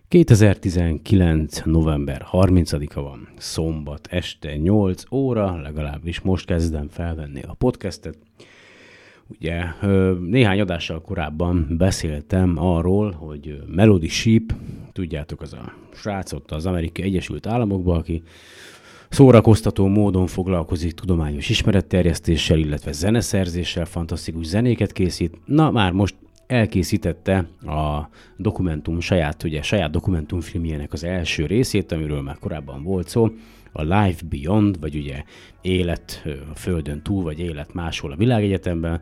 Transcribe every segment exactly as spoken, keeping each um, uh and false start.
kétezer-tizenkilenc. november harmincadika van, szombat este nyolc óra, legalábbis most kezdem felvenni a podcastet. Ugye néhány adással korábban beszéltem arról, hogy Melody Sheep, tudjátok, az a srác ott az Amerikai Egyesült Államokban, aki szórakoztató módon foglalkozik tudományos ismeretterjesztéssel, illetve zeneszerzéssel, fantasztikus zenéket készít. Na, már most elkészítette a dokumentum, saját, ugye, saját dokumentumfilmjének az első részét, amiről már korábban volt szó, a Life Beyond, vagy ugye élet a Földön túl, vagy élet máshol a világegyetemben,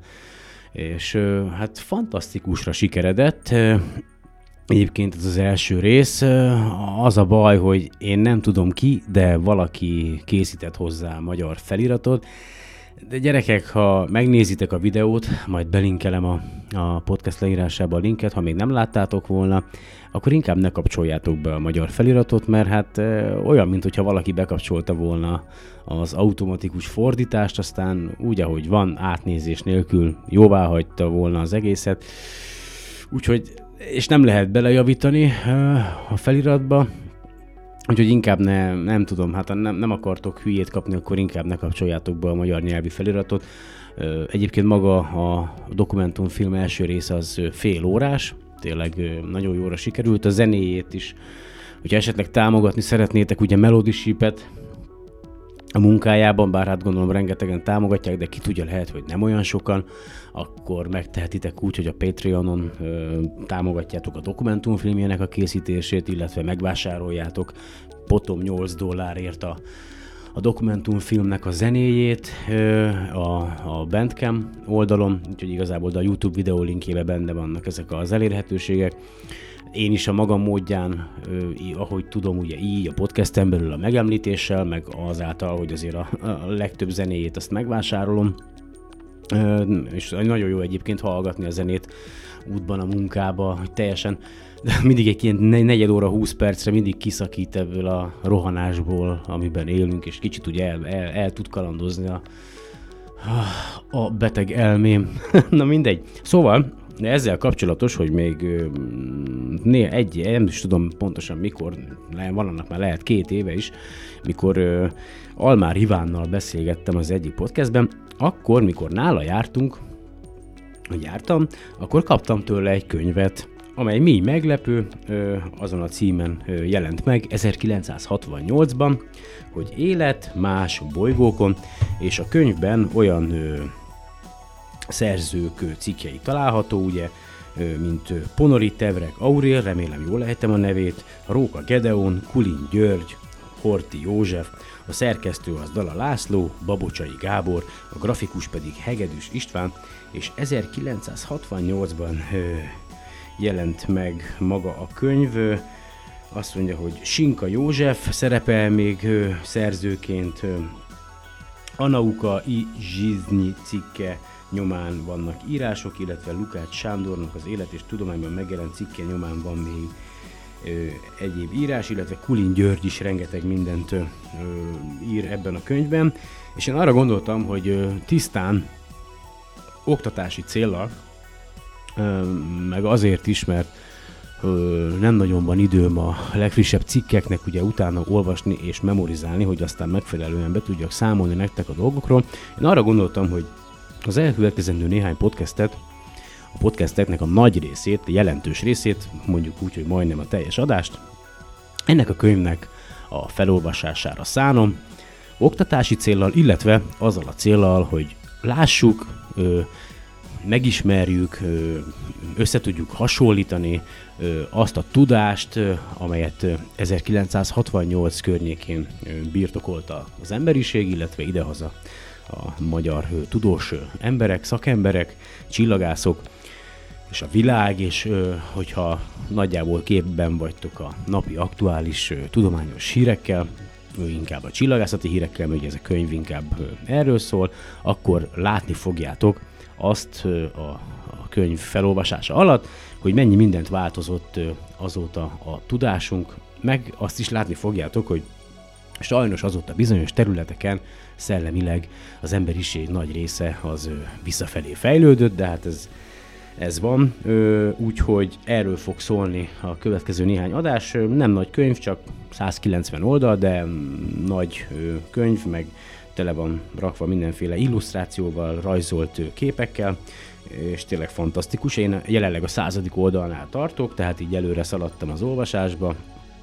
és hát fantasztikusra sikeredett. Egyébként ez az első rész, az a baj, hogy én nem tudom ki, de valaki készített hozzá magyar feliratot. De gyerekek, ha megnézitek a videót, majd belinkelem a, a podcast leírásába a linket, ha még nem láttátok volna, akkor inkább ne kapcsoljátok be a magyar feliratot, mert hát e, olyan, mintha valaki bekapcsolta volna az automatikus fordítást, aztán úgy, ahogy van, átnézés nélkül jóvá hagyta volna az egészet. Úgyhogy, és nem lehet belejavítani e, a feliratba, úgyhogy inkább ne, nem tudom, hát nem, nem akartok hülyét kapni, akkor inkább ne kapcsoljátok be a magyar nyelvi feliratot. Egyébként maga a dokumentumfilm első része az fél órás, tényleg nagyon jóra sikerült, a zenéjét is, hogyha esetleg támogatni szeretnétek, ugye Melody Sheep-et a munkájában, bár hát gondolom rengetegen támogatják, de ki tudja, lehet, hogy nem olyan sokan, akkor megtehetitek úgy, hogy a Patreonon ö, támogatjátok a dokumentumfilmjének a készítését, illetve megvásároljátok potom nyolc dollárért a, a dokumentumfilmnek a zenéjét ö, a, a Bandcamp oldalon, úgyhogy igazából a YouTube videó linkjében benne vannak ezek az elérhetőségek. Én is a magam módján, eh, ahogy tudom, ugye így a podcasten belül a megemlítéssel, meg azáltal, hogy azért a, a legtöbb zenéjét azt megvásárolom. Eh, és nagyon jó egyébként hallgatni a zenét útban, a munkába, hogy teljesen, de mindig egy ilyen negyed óra, húsz percre mindig kiszakít ebből a rohanásból, amiben élünk, és kicsit ugye el, el, el tud kalandozni a, a beteg elmém. Na mindegy. Szóval, de ezzel kapcsolatos, hogy még né, egy, nem is tudom pontosan mikor, van annak már lehet két éve is, mikor uh, Almár Ivánnal beszélgettem az egyik podcastben, akkor, mikor nála jártunk, hogy jártam, akkor kaptam tőle egy könyvet, amely mély meglepő, uh, azon a címen uh, jelent meg ezerkilencszázhatvannyolcban, hogy Élet más bolygókon, és a könyvben olyan uh, szerzők cikkei található, ugye, mint Ponori Tevrek Aurél, remélem jól ejtem a nevét, Róka Gedeon, Kulin György, Horthy József, a szerkesztő az Dala László, Babocsai Gábor, a grafikus pedig Hegedűs István, és ezerkilencszázhatvannyolcban ö, jelent meg maga a könyv. Azt mondja, hogy Sinka József szerepel még ö, szerzőként, ö, Anauka I. Zsiznyi cikke nyomán vannak írások, illetve Lukács Sándornak az Élet és Tudományban megjelent cikke nyomán van még ö, egyéb írás, illetve Kulin György is rengeteg mindent ö, ír ebben a könyvben, és én arra gondoltam, hogy ö, tisztán oktatási céllal, ö, meg azért is, mert ö, nem nagyon van időm a legfrissebb cikkeknek ugye utána olvasni és memorizálni, hogy aztán megfelelően be tudjak számolni nektek a dolgokról. Én arra gondoltam, hogy az elkövetkezendő néhány podcastet, a podcasteknek a nagy részét, a jelentős részét, mondjuk úgy, hogy majdnem a teljes adást, ennek a könyvnek a felolvasására szánom, oktatási céllal, illetve azzal a céllal, hogy lássuk, megismerjük, össze tudjuk hasonlítani azt a tudást, amelyet ezerkilencszázhatvannyolc környékén birtokolta az emberiség, illetve idehaza a magyar tudós emberek, szakemberek, csillagászok, és a világ, és hogyha nagyjából képben vagytok a napi aktuális tudományos hírekkel, inkább a csillagászati hírekkel, mert ez a könyv inkább erről szól, akkor látni fogjátok azt a, a könyv felolvasása alatt, hogy mennyi mindent változott azóta a tudásunk, meg azt is látni fogjátok, hogy sajnos azóta bizonyos területeken szellemileg az emberiség nagy része az visszafelé fejlődött, de hát ez ez van, úgyhogy erről fog szólni a következő néhány adás. Nem nagy könyv, csak száz kilencven oldal, de nagy könyv, meg tele van rakva mindenféle illusztrációval, rajzolt képekkel, és tényleg fantasztikus. Én jelenleg a századik oldalnál tartok, tehát így előre szaladtam az olvasásba.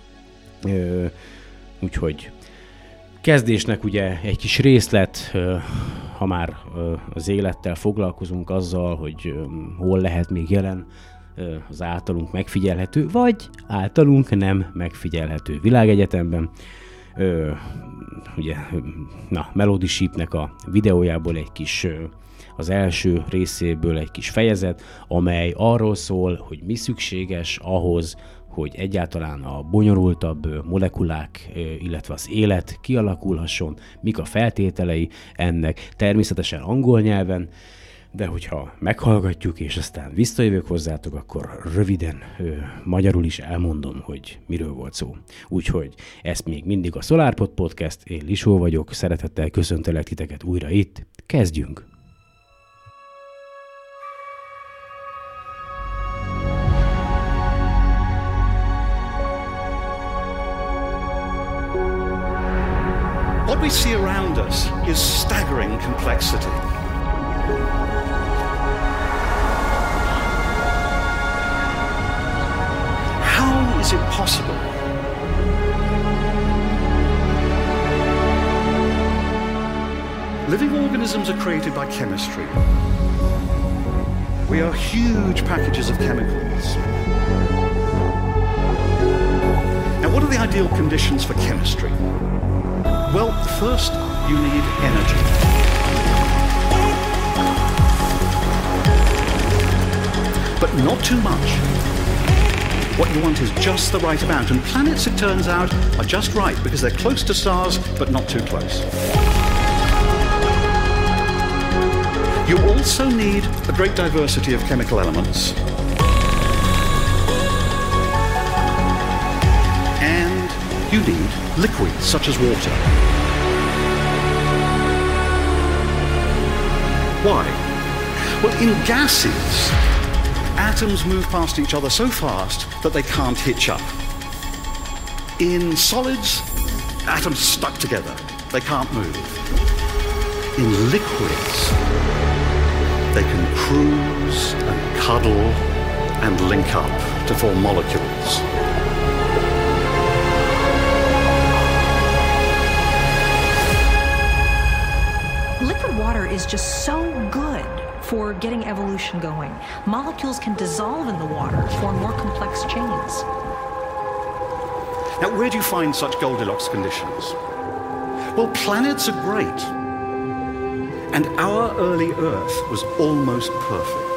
Úgyhogy kezdésnek ugye egy kis részlet, ha már az élettel foglalkozunk azzal, hogy hol lehet még jelen az általunk megfigyelhető, vagy általunk nem megfigyelhető világegyetemben. Ugye, na, Melody Sheepnek a videójából egy kis, az első részéből egy kis fejezet, amely arról szól, hogy mi szükséges ahhoz, hogy egyáltalán a bonyolultabb molekulák, illetve az élet kialakulhasson, mik a feltételei ennek, természetesen angol nyelven, de hogyha meghallgatjuk, és aztán visszajövök hozzátok, akkor röviden ö, magyarul is elmondom, hogy miről volt szó. Úgyhogy ez még mindig a SolarPod Podcast, én Lisó vagyok, szeretettel köszöntelek titeket újra itt, kezdjünk! What we see around us is staggering complexity. How is it possible? Living organisms are created by chemistry. We are huge packages of chemicals. Now, what are the ideal conditions for chemistry? Well, first, you need energy. But not too much. What you want is just the right amount, and planets, it turns out, are just right because they're close to stars, but not too close. You also need a great diversity of chemical elements. You need liquids, such as water. Why? Well, in gases, atoms move past each other so fast that they can't hitch up. In solids, atoms stuck together. They can't move. In liquids, they can cruise and cuddle and link up to form molecules. Liquid water is just so good for getting evolution going. Molecules can dissolve in the water, form more complex chains. Now, where do you find such Goldilocks conditions? Well, planets are great. And our early Earth was almost perfect.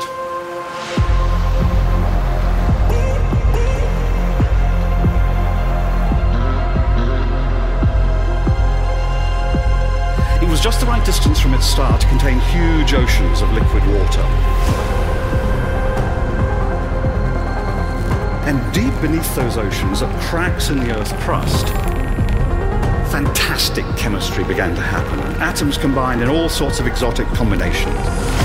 It was just the right distance from its star to contain huge oceans of liquid water. And deep beneath those oceans, at cracks in the Earth's crust, fantastic chemistry began to happen. Atoms combined in all sorts of exotic combinations.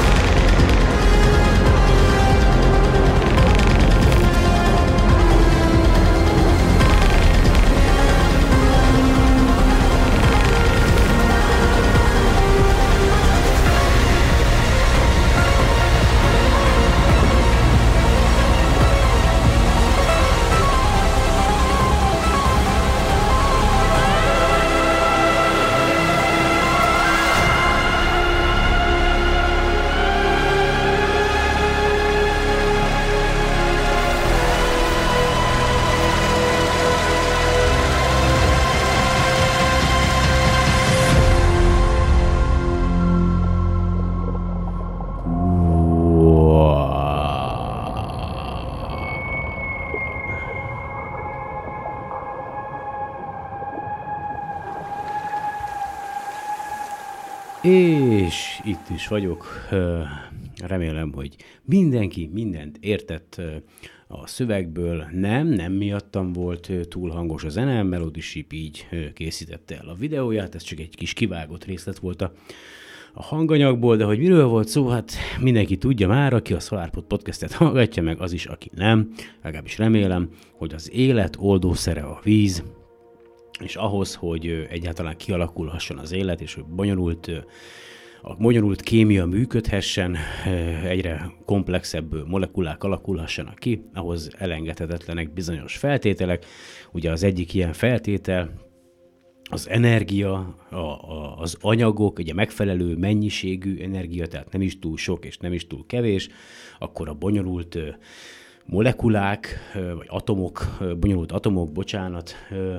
És itt is vagyok. Remélem, hogy mindenki mindent értett a szövegből. Nem, nem miattam volt túl hangos a zene, Melody Sheep így készítette el a videóját, ez csak egy kis kivágott részlet volt a a hanganyagból, de hogy miről volt szó, hát mindenki tudja már, aki a SolarPod podcastet hallgatja, meg az is, aki nem, legalábbis remélem, hogy az élet oldószere a víz, és ahhoz, hogy egyáltalán kialakulhasson az élet, és hogy bonyolult, a bonyolult kémia működhessen, egyre komplexebb molekulák alakulhassanak ki, ahhoz elengedhetetlenek bizonyos feltételek. Ugye az egyik ilyen feltétel az energia, a, a, az anyagok, ugye megfelelő mennyiségű energia, tehát nem is túl sok és nem is túl kevés, akkor a bonyolult molekulák, vagy atomok, bonyolult atomok, bocsánat,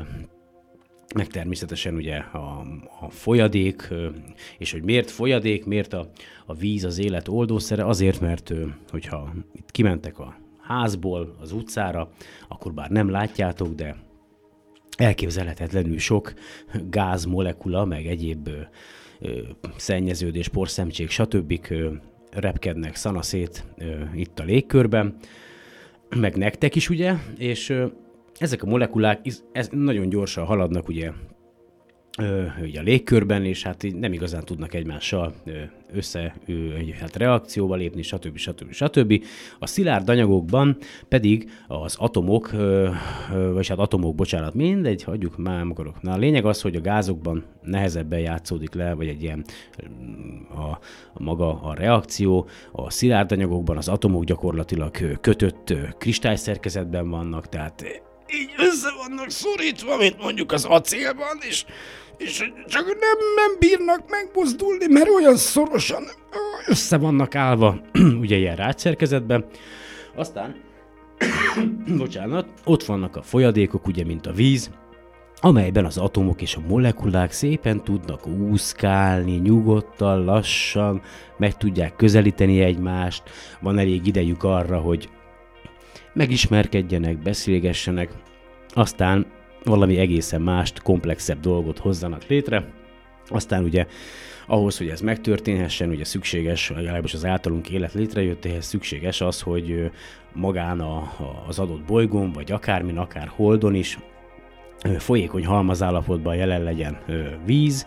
meg természetesen ugye a, a folyadék, és hogy miért folyadék, miért a, a víz az élet oldószere, azért, mert hogyha itt kimentek a házból az utcára, akkor bár nem látjátok, de elképzelhetetlenül sok gázmolekula, meg egyéb ö, ö, szennyeződés, porszemcsék, stb. Ö, repkednek szanaszét ö, itt a légkörben, meg nektek is, ugye, és ö, ezek a molekulák ez nagyon gyorsan haladnak ugye, ö, ugye a légkörben, és hát nem igazán tudnak egymással ö, össze ö, egy hát reakcióba lépni, stb. stb. stb. A szilárd anyagokban pedig az atomok, ö, ö, vagy hát atomok, bocsánat, mindegy, hagyjuk, már nem akarok. Na a lényeg az, hogy a gázokban nehezebben játszódik le, vagy egy ilyen a, a maga a reakció. A szilárd anyagokban az atomok gyakorlatilag kötött kristályszerkezetben vannak, tehát így össze vannak szorítva, mint mondjuk az acélban, és, és csak nem, nem bírnak megmozdulni, mert olyan szorosan össze vannak állva, ugye ilyen rácsszerkezetben. Aztán, bocsánat, ott vannak a folyadékok, ugye, mint a víz, amelyben az atomok és a molekulák szépen tudnak úszkálni, nyugodtan, lassan, meg tudják közelíteni egymást, van elég idejük arra, hogy megismerkedjenek, beszélgessenek, aztán valami egészen mást, komplexebb dolgot hozzanak létre. Aztán ugye ahhoz, hogy ez megtörténhessen, ugye szükséges, legalábbis az általunk élet létrejöttéhez szükséges az, hogy magán a, a, az adott bolygón, vagy akármin, akár holdon is folyékony halmazállapotban jelen legyen víz,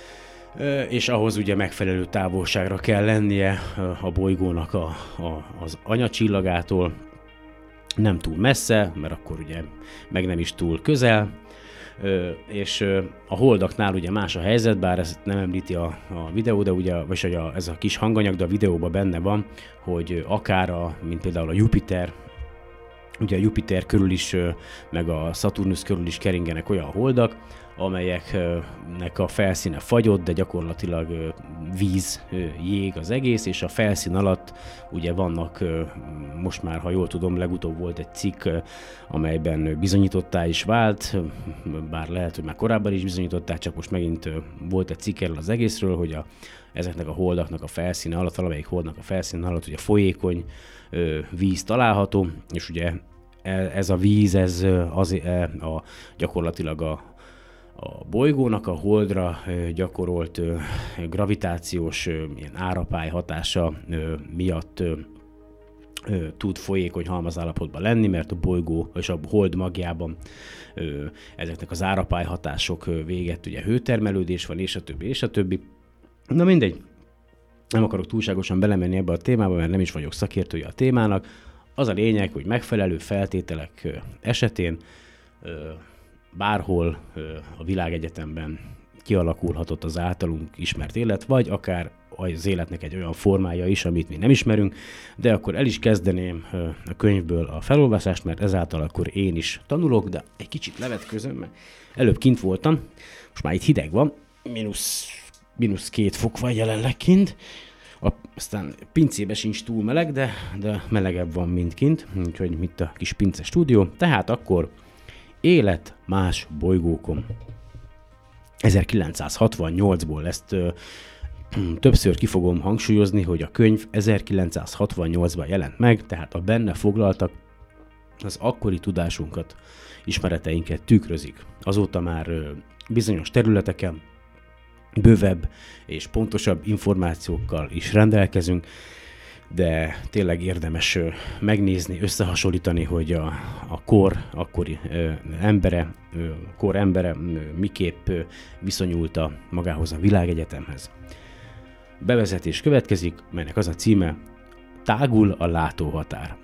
és ahhoz ugye megfelelő távolságra kell lennie a bolygónak a, a, az anyacsillagától, nem túl messze, mert akkor ugye meg nem is túl közel, és a holdaknál ugye más a helyzet, bár ezt nem említi a, a videó, de ugye, vagy hogy a, ez a kis hanganyag, de a videóban benne van, hogy akár a, mint például a Jupiter, ugye a Jupiter körül is, meg a Saturnus körül is keringenek olyan holdak, amelyeknek a felszíne fagyott, de gyakorlatilag víz, jég az egész, és a felszín alatt ugye vannak, most már, ha jól tudom, legutóbb volt egy cikk, amelyben bizonyítottá is vált, bár lehet, hogy már korábban is bizonyították, csak most megint volt egy cikk erről az egészről, hogy a, ezeknek a holdaknak a felszíne alatt, valamelyik holdnak a felszíne alatt ugye folyékony víz található, és ugye ez a víz, ez az, a, gyakorlatilag a a bolygónak a holdra gyakorolt gravitációs ilyen árapály hatása miatt tud folyékony halmazállapotban lenni, mert a bolygó és a hold magjában ezeknek az árapály hatások véget, ugye hőtermelődés van, és a többi, és a többi. Na mindegy, nem akarok túlságosan belemenni ebbe a témába, mert nem is vagyok szakértője a témának. Az a lényeg, hogy megfelelő feltételek esetén bárhol a világegyetemben kialakulhatott az általunk ismert élet, vagy akár az életnek egy olyan formája is, amit mi nem ismerünk, de akkor el is kezdeném a könyvből a felolvasást, mert ezáltal akkor én is tanulok, de egy kicsit levetközöm, mert előbb kint voltam, most már itt hideg van, mínusz, mínusz két fok van jelenleg kint, a, aztán pincébe sincs túl meleg, de, de melegebb van, mint kint, úgyhogy itt a kis pince stúdió, tehát akkor élet más bolygókon. ezerkilencszázhatvannyolcból ezt ö, többször ki fogom hangsúlyozni, hogy a könyv ezerkilencszázhatvannyolcban jelent meg, tehát a benne foglaltak az akkori tudásunkat, ismereteinket tükrözik. Azóta már ö, bizonyos területeken bővebb és pontosabb információkkal is rendelkezünk, de tényleg érdemes megnézni, összehasonlítani, hogy a, a kor akkori ö, embere, ö, kor embere ö, miképp ö, viszonyult a magához a világegyetemhez. Bevezetés következik, melynek az a címe: Tágul a látóhatár.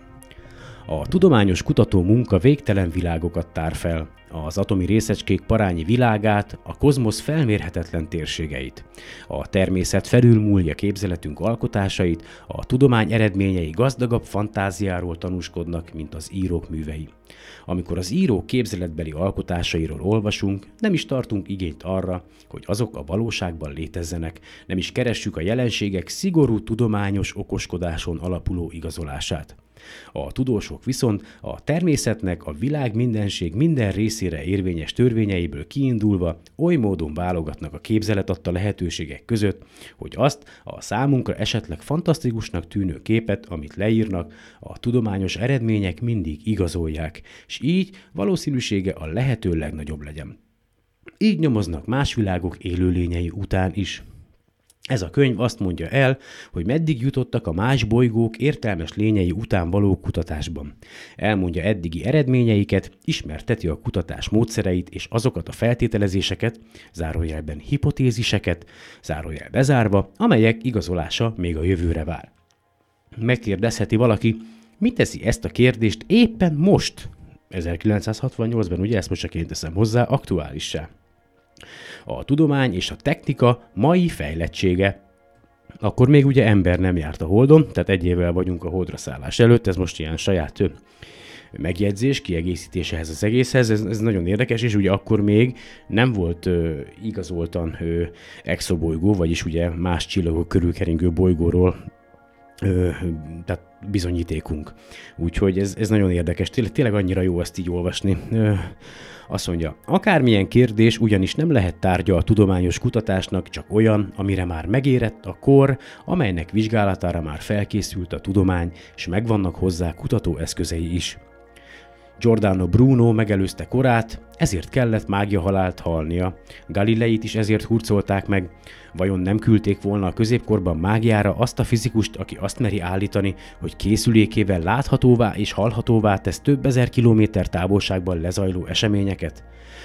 A tudományos kutató munka végtelen világokat tár fel, az atomi részecskék parányi világát, a kozmosz felmérhetetlen térségeit. A természet felülmúlja képzeletünk alkotásait, a tudomány eredményei gazdagabb fantáziáról tanúskodnak, mint az írók művei. Amikor az író képzeletbeli alkotásairól olvasunk, nem is tartunk igényt arra, hogy azok a valóságban létezzenek, nem is keressük a jelenségek szigorú tudományos okoskodáson alapuló igazolását. A tudósok viszont a természetnek a világ mindenség minden részére érvényes törvényeiből kiindulva oly módon válogatnak a képzelet adta lehetőségek között, hogy azt a számunkra esetleg fantasztikusnak tűnő képet, amit leírnak, a tudományos eredmények mindig igazolják, és így valószínűsége a lehető legnagyobb legyen. Így nyomoznak más világok élőlényei után is. Ez a könyv azt mondja el, hogy meddig jutottak a más bolygók értelmes lényei után való kutatásban. Elmondja eddigi eredményeiket, ismerteti a kutatás módszereit és azokat a feltételezéseket, zárójelben hipotéziseket, zárójel bezárva, amelyek igazolása még a jövőre vár. Megkérdezheti valaki, mit teszi ezt a kérdést éppen most? ezerkilencszázhatvannyolcban, ugye ezt most csak én teszem hozzá, aktuálissá. A tudomány és a technika mai fejlettsége. Akkor még ugye ember nem járt a Holdon, tehát egy évvel vagyunk a Holdra szállás előtt, ez most ilyen saját megjegyzés, kiegészítés ehhez az egészhez, ez, ez nagyon érdekes, és ugye akkor még nem volt ö, igazoltan ö, exobolygó, vagyis ugye más csillagok körül keringő bolygóról Ö, tehát bizonyítékunk. Úgyhogy ez, ez nagyon érdekes. Tényleg, tényleg annyira jó ezt így olvasni. Ö, azt mondja, akármilyen kérdés ugyanis nem lehet tárgya a tudományos kutatásnak, csak olyan, amire már megérett a kor, amelynek vizsgálatára már felkészült a tudomány, és megvannak hozzá kutatóeszközei is. Giordano Bruno megelőzte korát, ezért kellett mágiahalált halnia. Galileit is ezért hurcolták meg. Vajon nem küldték volna a középkorban mágiára azt a fizikust, aki azt meri állítani, hogy készülékével láthatóvá és hallhatóvá tesz több ezer kilométer távolságban lezajló eseményeket?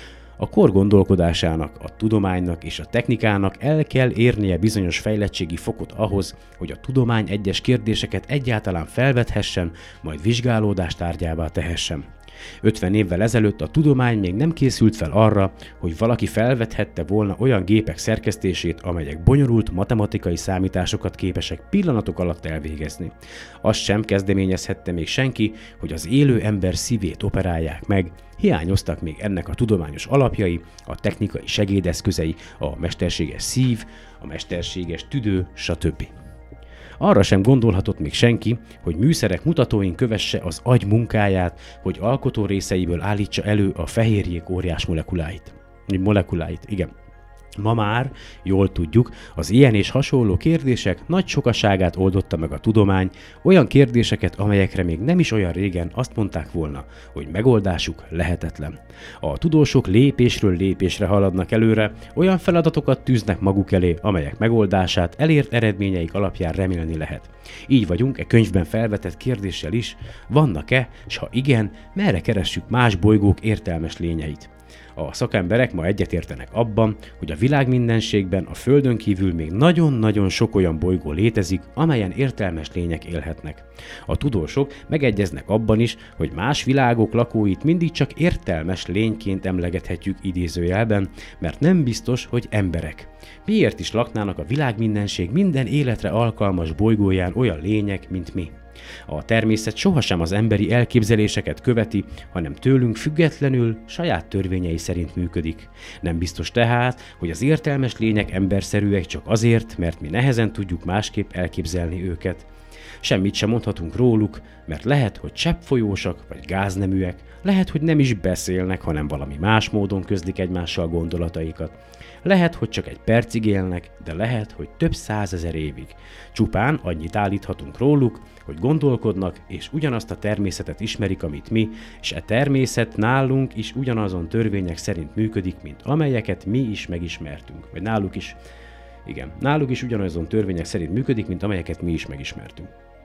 A kor gondolkodásának, a tudománynak és a technikának el kell érnie bizonyos fejlettségi fokot ahhoz, hogy a tudomány egyes kérdéseket egyáltalán felvethessen, majd vizsgálódás tárgyává tehessen. ötven évvel ezelőtt a tudomány még nem készült fel arra, hogy valaki felvethette volna olyan gépek szerkesztését, amelyek bonyolult matematikai számításokat képesek pillanatok alatt elvégezni. Azt sem kezdeményezhette még senki, hogy az élő ember szívét operálják meg, hiányoztak még ennek a tudományos alapjai, a technikai segédeszközei, a mesterséges szív, a mesterséges tüdő, stb. Arra sem gondolhatott még senki, hogy műszerek mutatóin kövesse az agy munkáját, hogy alkotó részeiből állítsa elő a fehérjék óriás molekuláit. Molekuláit, igen. Ma már, jól tudjuk, az ilyen és hasonló kérdések nagy sokaságát oldotta meg a tudomány, olyan kérdéseket, amelyekre még nem is olyan régen azt mondták volna, hogy megoldásuk lehetetlen. A tudósok lépésről lépésre haladnak előre, olyan feladatokat tűznek maguk elé, amelyek megoldását elért eredményeik alapján remélni lehet. Így vagyunk e könyvben felvetett kérdéssel is, vannak-e, s ha igen, merre keressük más bolygók értelmes lényeit. A szakemberek ma egyetértenek abban, hogy a világ mindenségben a Földön kívül még nagyon-nagyon sok olyan bolygó létezik, amelyen értelmes lények élhetnek. A tudósok megegyeznek abban is, hogy más világok lakóit mindig csak értelmes lényként emlegethetjük idézőjelben, mert nem biztos, hogy emberek. Miért is laknának a világ mindenség minden életre alkalmas bolygóján olyan lények, mint mi? A természet sohasem az emberi elképzeléseket követi, hanem tőlünk függetlenül saját törvényei szerint működik. Nem biztos tehát, hogy az értelmes lények emberszerűek csak azért, mert mi nehezen tudjuk másképp elképzelni őket. Semmit sem mondhatunk róluk, mert lehet, hogy cseppfolyósak vagy gázneműek, lehet, hogy nem is beszélnek, hanem valami más módon közlik egymással gondolataikat. Lehet, hogy csak egy percig élnek, de lehet, hogy több százezer évig. Csupán annyit állíthatunk róluk, hogy gondolkodnak, és ugyanazt a természetet ismerik, amit mi, és e természet nálunk is ugyanazon törvények szerint működik, mint amelyeket mi is megismertünk. Vagy náluk is, igen, náluk is ugyanazon törvények szerint működik, mint amelyeket mi is megismertünk.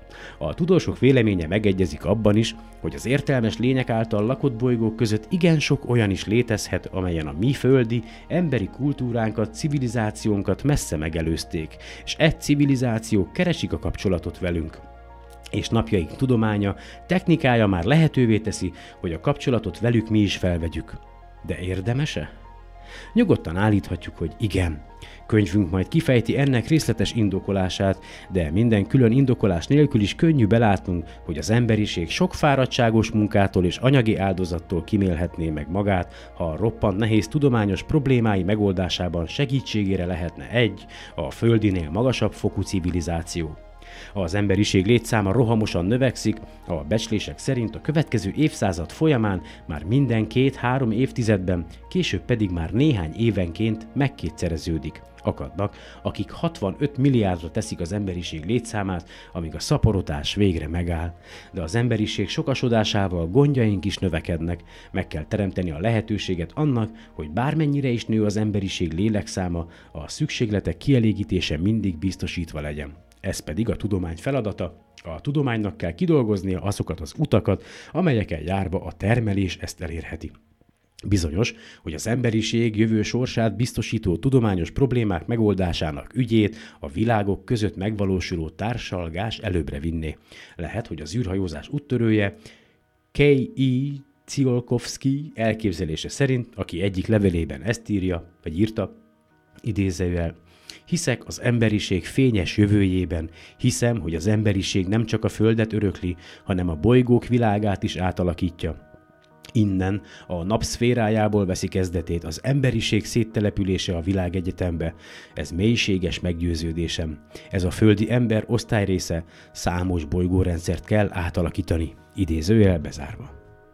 A tudósok véleménye megegyezik abban is, hogy az értelmes lények által lakott bolygók között igen sok olyan is létezhet, amelyen a mi földi, emberi kultúránkat, civilizációnkat messze megelőzték, és e civilizációk keresik a kapcsolatot velünk. És napjaink tudománya, technikája már lehetővé teszi, hogy a kapcsolatot velük mi is felvegyük. De érdemese? Nyugodtan állíthatjuk, hogy igen. Könyvünk majd kifejti ennek részletes indokolását, de minden külön indokolás nélkül is könnyű belátnunk, hogy az emberiség sok fáradtságos munkától és anyagi áldozattól kimélhetné meg magát, ha a roppant nehéz tudományos problémái megoldásában segítségére lehetne egy, a földinél magasabb fokú civilizáció. Az emberiség létszáma rohamosan növekszik, a becslések szerint a következő évszázad folyamán már minden két-három évtizedben, később pedig már néhány évenként megkétszereződik. Akadnak, akik hatvanöt milliárdra teszik az emberiség létszámát, amíg a szaporodás végre megáll. De az emberiség sokasodásával gondjaink is növekednek, meg kell teremteni a lehetőséget annak, hogy bármennyire is nő az emberiség lélekszáma, a szükségletek kielégítése mindig biztosítva legyen. Ez pedig a tudomány feladata. A tudománynak kell kidolgoznia azokat az utakat, amelyeken járva a termelés ezt elérheti. Bizonyos, hogy az emberiség jövő sorsát biztosító tudományos problémák megoldásának ügyét a világok között megvalósuló társalgás előbbre vinné. Lehet, hogy az űrhajózás úttörője K E Tsiolkovszky elképzelése szerint, aki egyik levelében ezt írja, vagy írta, idézőjel, hiszek az emberiség fényes jövőjében, hiszem, hogy az emberiség nem csak a Földet örökli, hanem a bolygók világát is átalakítja. Innen, a napszférájából veszi kezdetét az emberiség széttelepülése a világegyetembe. Ez mélységes meggyőződésem. Ez a földi ember osztályrésze, számos bolygórendszert kell átalakítani, idézőjel bezárva.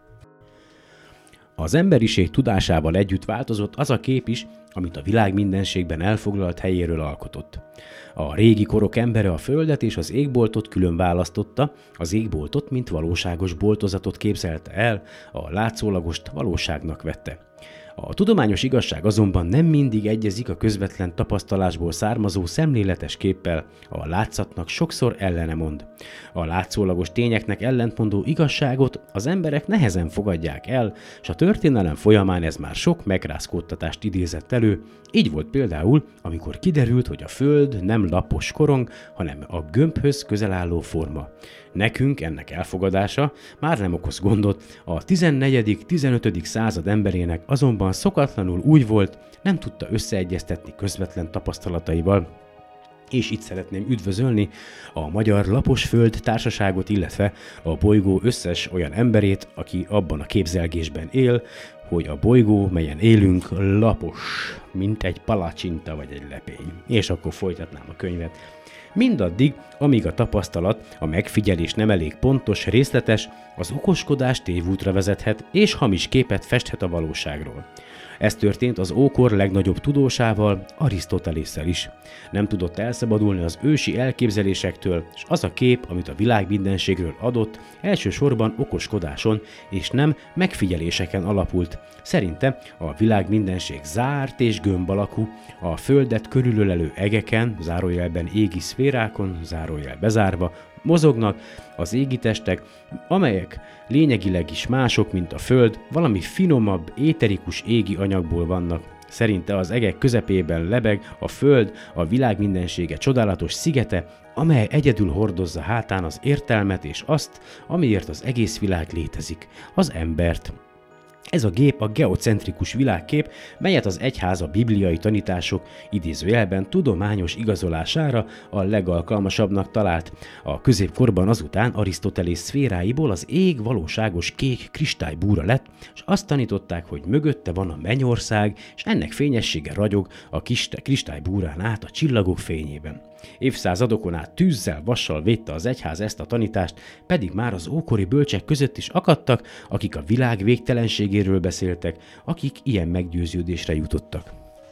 Az emberiség tudásával együtt változott az a kép is, amit a világ mindenségben elfoglalt helyéről alkotott. A régi korok embere a földet és az égboltot külön választotta, az égboltot, mint valóságos boltozatot képzelte el, a látszólagost valóságnak vette. A tudományos igazság azonban nem mindig egyezik a közvetlen tapasztalásból származó szemléletes képpel, a látszatnak sokszor ellene mond. A látszólagos tényeknek ellentmondó igazságot az emberek nehezen fogadják el, és a történelem folyamán ez már sok megrázkódtatást idézett elő, így volt például, amikor kiderült, hogy a Föld nem lapos korong, hanem a gömbhöz közel álló forma. Nekünk ennek elfogadása már nem okoz gondot, a tizennegyedik-tizenötödik század emberének azonban szokatlanul úgy volt, nem tudta összeegyeztetni közvetlen tapasztalataival. És itt szeretném üdvözölni a Magyar Lapos Föld Társaságot, illetve a bolygó összes olyan emberét, aki abban a képzelgésben él, hogy a bolygó, melyen élünk, lapos, mint egy palacsinta vagy egy lepény. És akkor folytatnám a könyvet. Mindaddig, amíg a tapasztalat, a megfigyelés nem elég pontos, részletes, az okoskodás tévútra vezethet és hamis képet festhet a valóságról. Ez történt az ókor legnagyobb tudósával, Arisztotelésszel is. Nem tudott elszabadulni az ősi elképzelésektől, és az a kép, amit a világ mindenségről adott, elsősorban okoskodáson és nem megfigyeléseken alapult. Szerinte a világ mindenség zárt és gömb alakú, a Földet körülölelő egeken, zárójelben égi szférákon, zárójel bezárva, mozognak az égi testek, amelyek lényegileg is mások, mint a Föld, valami finomabb, éterikus égi anyagból vannak. Szerinte az egek közepében lebeg a Föld, a világ mindensége csodálatos szigete, amely egyedül hordozza hátán az értelmet és azt, amiért az egész világ létezik, az embert. Ez a gép a geocentrikus világkép, melyet az egyház a bibliai tanítások idézőjelben tudományos igazolására a legalkalmasabbnak talált. A középkorban azután Arisztotelész szféráiból az ég valóságos kék kristálybúra lett, és azt tanították, hogy mögötte van a mennyország, és ennek fényessége ragyog a kristálybúrán át a csillagok fényében. Évszázadokon át tűzzel, vassal védte az egyház ezt a tanítást, pedig már az ókori bölcsek között is akadtak, akik a világ végtelenségéről beszéltek, akik ilyen meggyőződésre jutottak.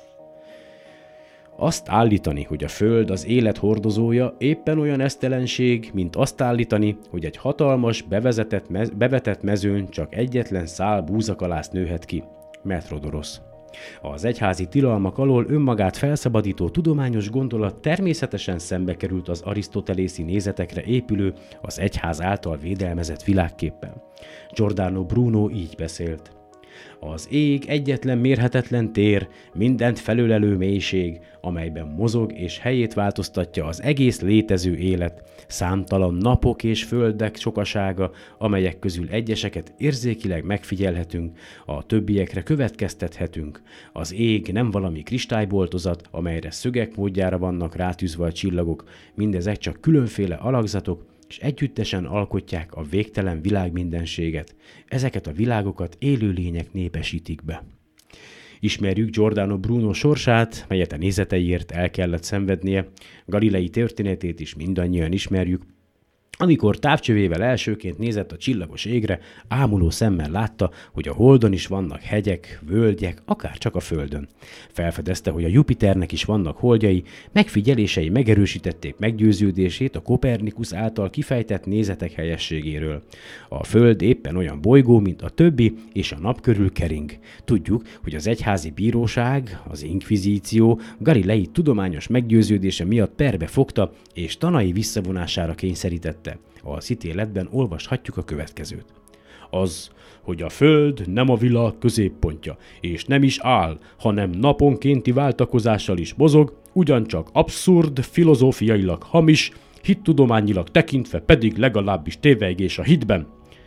Azt állítani, hogy a Föld az élet hordozója, éppen olyan esztelenség, mint azt állítani, hogy egy hatalmas, bevezetett mez- bevetett mezőn csak egyetlen szál búzakalász nőhet ki. Metrodorosz. Az egyházi tilalmak alól önmagát felszabadító tudományos gondolat természetesen szembe került az arisztotelészi nézetekre épülő, az egyház által védelmezett világképpel. Giordano Bruno így beszélt. Az ég egyetlen mérhetetlen tér, mindent felölelő mélység, amelyben mozog és helyét változtatja az egész létező élet, számtalan napok és földek sokasága, amelyek közül egyeseket érzékileg megfigyelhetünk, a többiekre következtethetünk. Az ég nem valami kristályboltozat, amelyre szögek módjára vannak rátűzve a csillagok, mindezek csak különféle alakzatok, és együttesen alkotják a végtelen világmindenséget. Ezeket a világokat élő lények népesítik be. Ismerjük Giordano Bruno sorsát, melyet a nézeteiért el kellett szenvednie, Galilei történetét is mindannyian ismerjük. Amikor távcsövével elsőként nézett a csillagos égre, ámuló szemmel látta, hogy a Holdon is vannak hegyek, völgyek, akár csak a Földön. Felfedezte, hogy a Jupiternek is vannak holdjai, megfigyelései megerősítették meggyőződését a Kopernikusz által kifejtett nézetek helyességéről. A Föld éppen olyan bolygó, mint a többi, és a nap körül kering. Tudjuk, hogy az egyházi bíróság, az inkvizíció Galilei tudományos meggyőződése miatt perbe fogta, és tanai visszavonására kényszerítette. Az ítéletben olvashatjuk a következőt. Az, hogy a Föld nem a világ középpontja, és nem is áll, hanem naponkénti váltakozással is mozog, ugyancsak abszurd, filozófiailag hamis, hittudományilag tekintve pedig legalábbis tévejgés a hitben.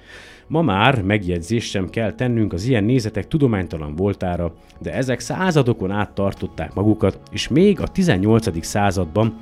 Ma már megjegyzést sem kell tennünk az ilyen nézetek tudománytalan voltára, de ezek századokon át tartották magukat, és még a tizennyolcadik században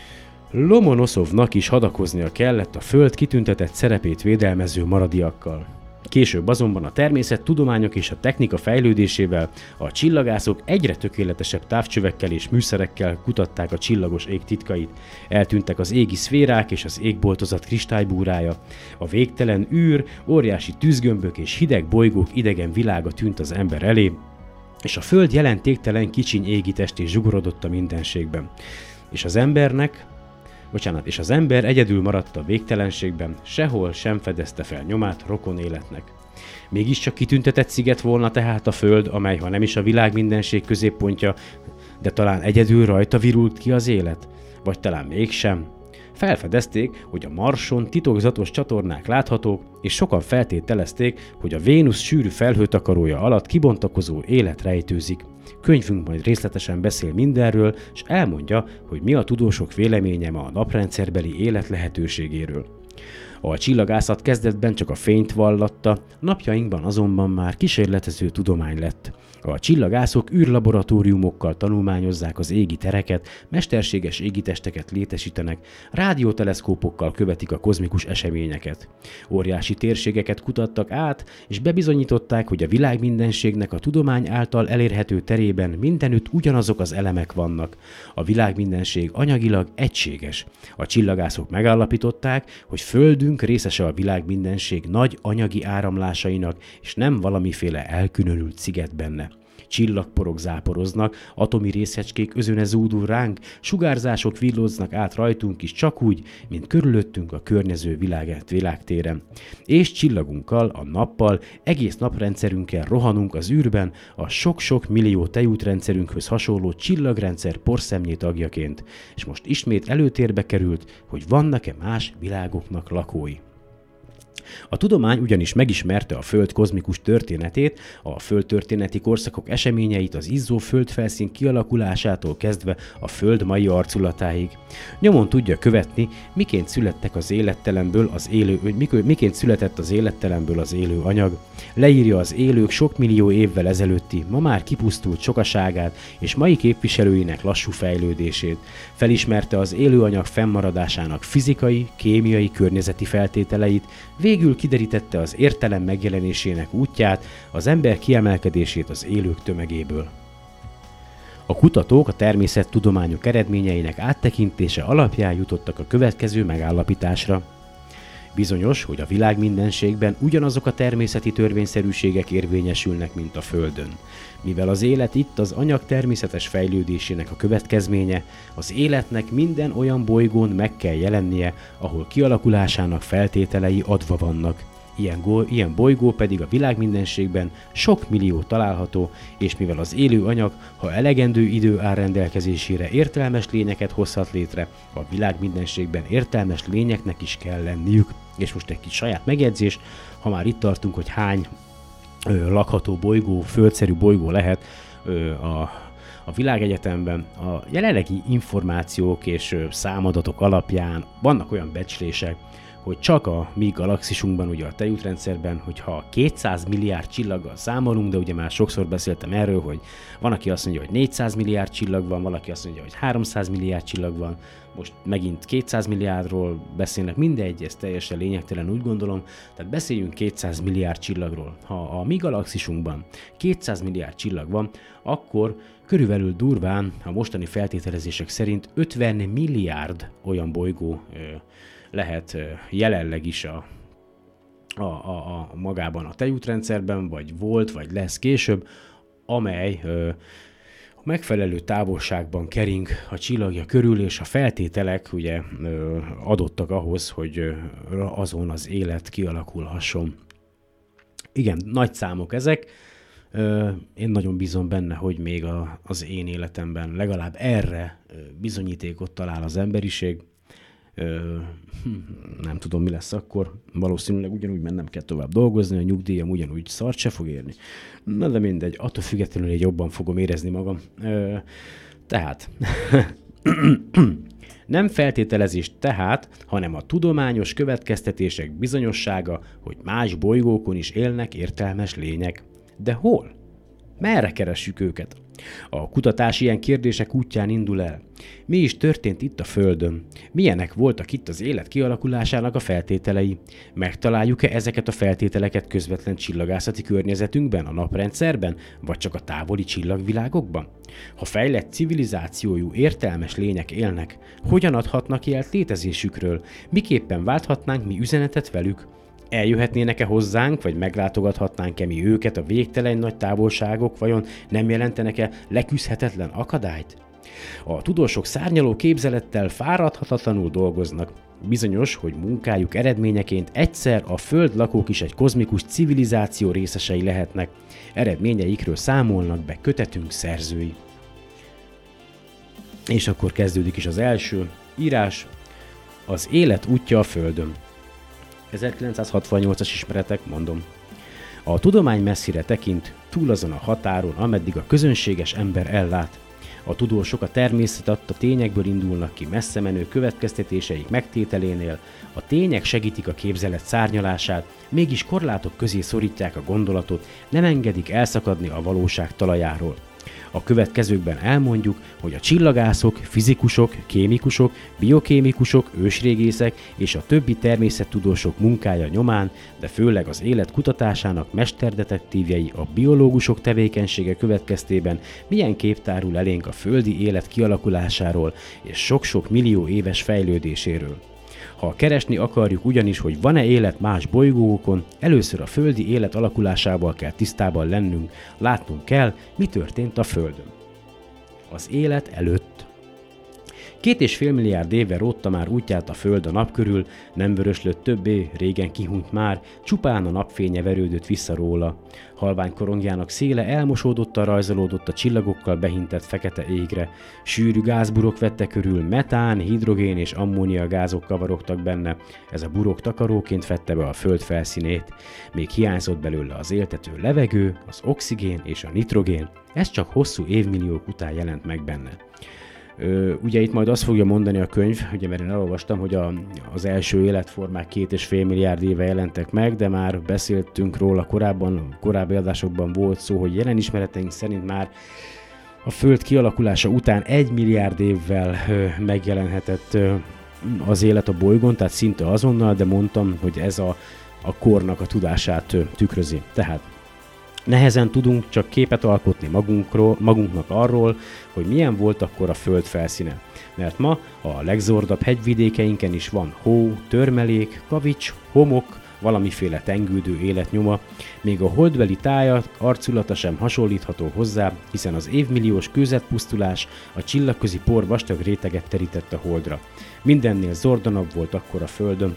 Lomonoszovnak is hadakoznia kellett a Föld kitüntetett szerepét védelmező maradiakkal. Később azonban a természettudományok és a technika fejlődésével a csillagászok egyre tökéletesebb távcsövekkel és műszerekkel kutatták a csillagos ég titkait. Eltűntek az égi szférák és az égboltozat kristálybúrája. A végtelen űr, óriási tűzgömbök és hideg bolygók idegen világa tűnt az ember elé, és a Föld jelentéktelen kicsiny égi testé zsugorodott a mindenségben. És az embernek Bocsánat, és az ember egyedül maradt a végtelenségben, sehol sem fedezte fel nyomát rokon életnek. Mégiscsak kitüntetett sziget volna tehát a Föld, amely ha nem is a világ mindenség középpontja, de talán egyedül rajta virult ki az élet? Vagy talán mégsem? Felfedezték, hogy a Marson titokzatos csatornák láthatók, és sokan feltételezték, hogy a Vénusz sűrű felhőtakarója alatt kibontakozó élet rejtőzik. Könyvünk majd részletesen beszél mindenről, és elmondja, hogy mi a tudósok véleménye ma a naprendszerbeli élet lehetőségéről. A csillagászat kezdetben csak a fényt vallatta, napjainkban azonban már kísérletező tudomány lett. A csillagászok űrlaboratóriumokkal tanulmányozzák az égi tereket, mesterséges égitesteket létesítenek, rádióteleszkópokkal követik a kozmikus eseményeket. Óriási térségeket kutattak át, és bebizonyították, hogy a világmindenségnek a tudomány által elérhető terében mindenütt ugyanazok az elemek vannak. A világmindenség anyagilag egységes. A csillagászok megállapították, hogy Földünk részese a világmindenség nagy anyagi áramlásainak, és nem valamiféle elkülönült sziget benne. Csillagporok záporoznak, atomi részecskék özöne zúdul ránk, sugárzások villóznak át rajtunk is csak úgy, mint körülöttünk a környező világát világtéren. És csillagunkkal, a nappal, egész naprendszerünkkel rohanunk az űrben, a sok-sok millió tejútrendszerünkhöz hasonló csillagrendszer porszemnyi tagjaként. És most ismét előtérbe került, hogy vannak-e más világoknak lakói. A tudomány ugyanis megismerte a Föld kozmikus történetét, a földtörténeti korszakok eseményeit az izzó földfelszín kialakulásától kezdve a Föld mai arculatáig. Nyomon tudja követni, miként születtek az élettelenből az élő, miként született az élettelenből az élő anyag. Leírja az élők sok millió évvel ezelőtti, ma már kipusztult sokaságát és mai képviselőinek lassú fejlődését. Felismerte az élőanyag fennmaradásának fizikai, kémiai, környezeti feltételeit, végül kiderítette az értelem megjelenésének útját, az ember kiemelkedését az élők tömegéből. A kutatók a természettudományok eredményeinek áttekintése alapján jutottak a következő megállapításra. Bizonyos, hogy a világmindenségben ugyanazok a természeti törvényszerűségek érvényesülnek, mint a Földön. Mivel az élet itt az anyag természetes fejlődésének a következménye, az életnek minden olyan bolygón meg kell jelennie, ahol kialakulásának feltételei adva vannak. Ilyen, go- ilyen bolygó pedig a világmindenségben sok millió található, és mivel az élő anyag, ha elegendő idő áll rendelkezésére, értelmes lényeket hozhat létre, a világmindenségben értelmes lényeknek is kell lenniük. És most egy kis saját megjegyzés, ha már itt tartunk, hogy hány ö, lakható bolygó, földszerű bolygó lehet ö, a, a világegyetemben, a jelenlegi információk és ö, számadatok alapján vannak olyan becslések, hogy csak a mi galaxisunkban, ugye a tejútrendszerben, hogyha kétszáz milliárd csillaggal számolunk, de ugye már sokszor beszéltem erről, hogy van, aki azt mondja, hogy négyszáz milliárd csillag van, valaki azt mondja, hogy háromszáz milliárd csillag van, most megint kétszáz milliárdról beszélnek, mindegy, ez teljesen lényegtelen, úgy gondolom, tehát beszéljünk kétszáz milliárd csillagról. Ha a mi galaxisunkban kétszáz milliárd csillag van, akkor körülbelül durván a mostani feltételezések szerint ötven milliárd olyan bolygó ö, lehet jelenleg is a, a, a, a magában a tejútrendszerben, vagy volt, vagy lesz később, amely ö, megfelelő távolságban kering a csillagja körül, és a feltételek ugye ö, adottak ahhoz, hogy ö, azon az élet kialakulhasson. Igen, nagy számok ezek. Ö, én nagyon bízom benne, hogy még a, az én életemben legalább erre ö, bizonyítékot talál az emberiség. Ö, nem tudom, mi lesz akkor. Valószínűleg ugyanúgy mennem kell tovább dolgozni, a nyugdíjam ugyanúgy szart se fog érni. Na de mindegy, attól függetlenül egy jobban fogom érezni magam. Ö, tehát, nem feltételezés tehát, hanem a tudományos következtetések bizonyossága, hogy más bolygókon is élnek értelmes lények. De hol? Merre keressük őket? A kutatás ilyen kérdések útján indul el. Mi is történt itt a Földön? Milyenek voltak itt az élet kialakulásának a feltételei? Megtaláljuk-e ezeket a feltételeket közvetlen csillagászati környezetünkben, a naprendszerben, vagy csak a távoli csillagvilágokban? Ha fejlett civilizációjú értelmes lények élnek, hogyan adhatnak jelt létezésükről? Miképpen válthatnánk mi üzenetet velük? Eljöhetnének-e hozzánk, vagy meglátogathatnánk-e mi őket a végtelen nagy távolságok, vajon nem jelentenek-e leküzdhetetlen akadályt? A tudósok szárnyaló képzelettel fáradhatatlanul dolgoznak. Bizonyos, hogy munkájuk eredményeként egyszer a Föld lakók is egy kozmikus civilizáció részesei lehetnek. Eredményeikről számolnak be kötetünk szerzői. És akkor kezdődik is az első írás, az élet útja a Földön. ezerkilencszázhatvannyolcas ismeretek, mondom. A tudomány messzire tekint, túl azon a határon, ameddig a közönséges ember ellát. A tudósok a természet adta tényekből indulnak ki messze menő következtetéseik megtételénél, a tények segítik a képzelet szárnyalását, mégis korlátok közé szorítják a gondolatot, nem engedik elszakadni a valóság talajáról. A következőkben elmondjuk, hogy a csillagászok, fizikusok, kémikusok, biokémikusok, ősrégészek és a többi természettudósok munkája nyomán, de főleg az élet kutatásának mesterdetektívjei a biológusok tevékenysége következtében milyen kép tárul elénk a földi élet kialakulásáról és sok-sok millió éves fejlődéséről. Ha keresni akarjuk ugyanis, hogy van-e élet más bolygókon, először a földi élet alakulásával kell tisztában lennünk, látnunk kell, mi történt a Földön. Az élet előtt. Két és fél milliárd éve rótta már útját a Föld a nap körül, nem vöröslött többé, régen kihunyt már, csupán a napfénye verődött vissza róla. Halvány korongjának széle elmosódottan rajzolódott a csillagokkal behintett fekete égre. Sűrű gázburok vette körül, metán, hidrogén és ammónia gázok kavarogtak benne. Ez a burok takaróként fette be a Föld felszínét. Még hiányzott belőle az éltető levegő, az oxigén és a nitrogén. Ez csak hosszú évmilliók után jelent meg benne. Ö, ugye itt majd azt fogja mondani a könyv, ugye mert én elolvastam, hogy a, az első életformák két és fél milliárd éve jelentek meg, de már beszéltünk róla korábban, korábbi adásokban volt szó, hogy jelen ismereteink szerint már a Föld kialakulása után egy milliárd évvel ö, megjelenhetett ö, az élet a bolygón, tehát szinte azonnal, de mondtam, hogy ez a, a kornak a tudását ö, tükrözi. Tehát nehezen tudunk csak képet alkotni magunkról, magunknak arról, hogy milyen volt akkor a Föld felszíne. Mert ma a legzordabb hegyvidékeinken is van hó, törmelék, kavics, homok, valamiféle tengődő életnyoma, még a holdbeli tája arculata sem hasonlítható hozzá, hiszen az évmilliós kőzetpusztulás a csillagközi por vastag réteget terített a holdra. Mindennél zordanabb volt akkor a Földön.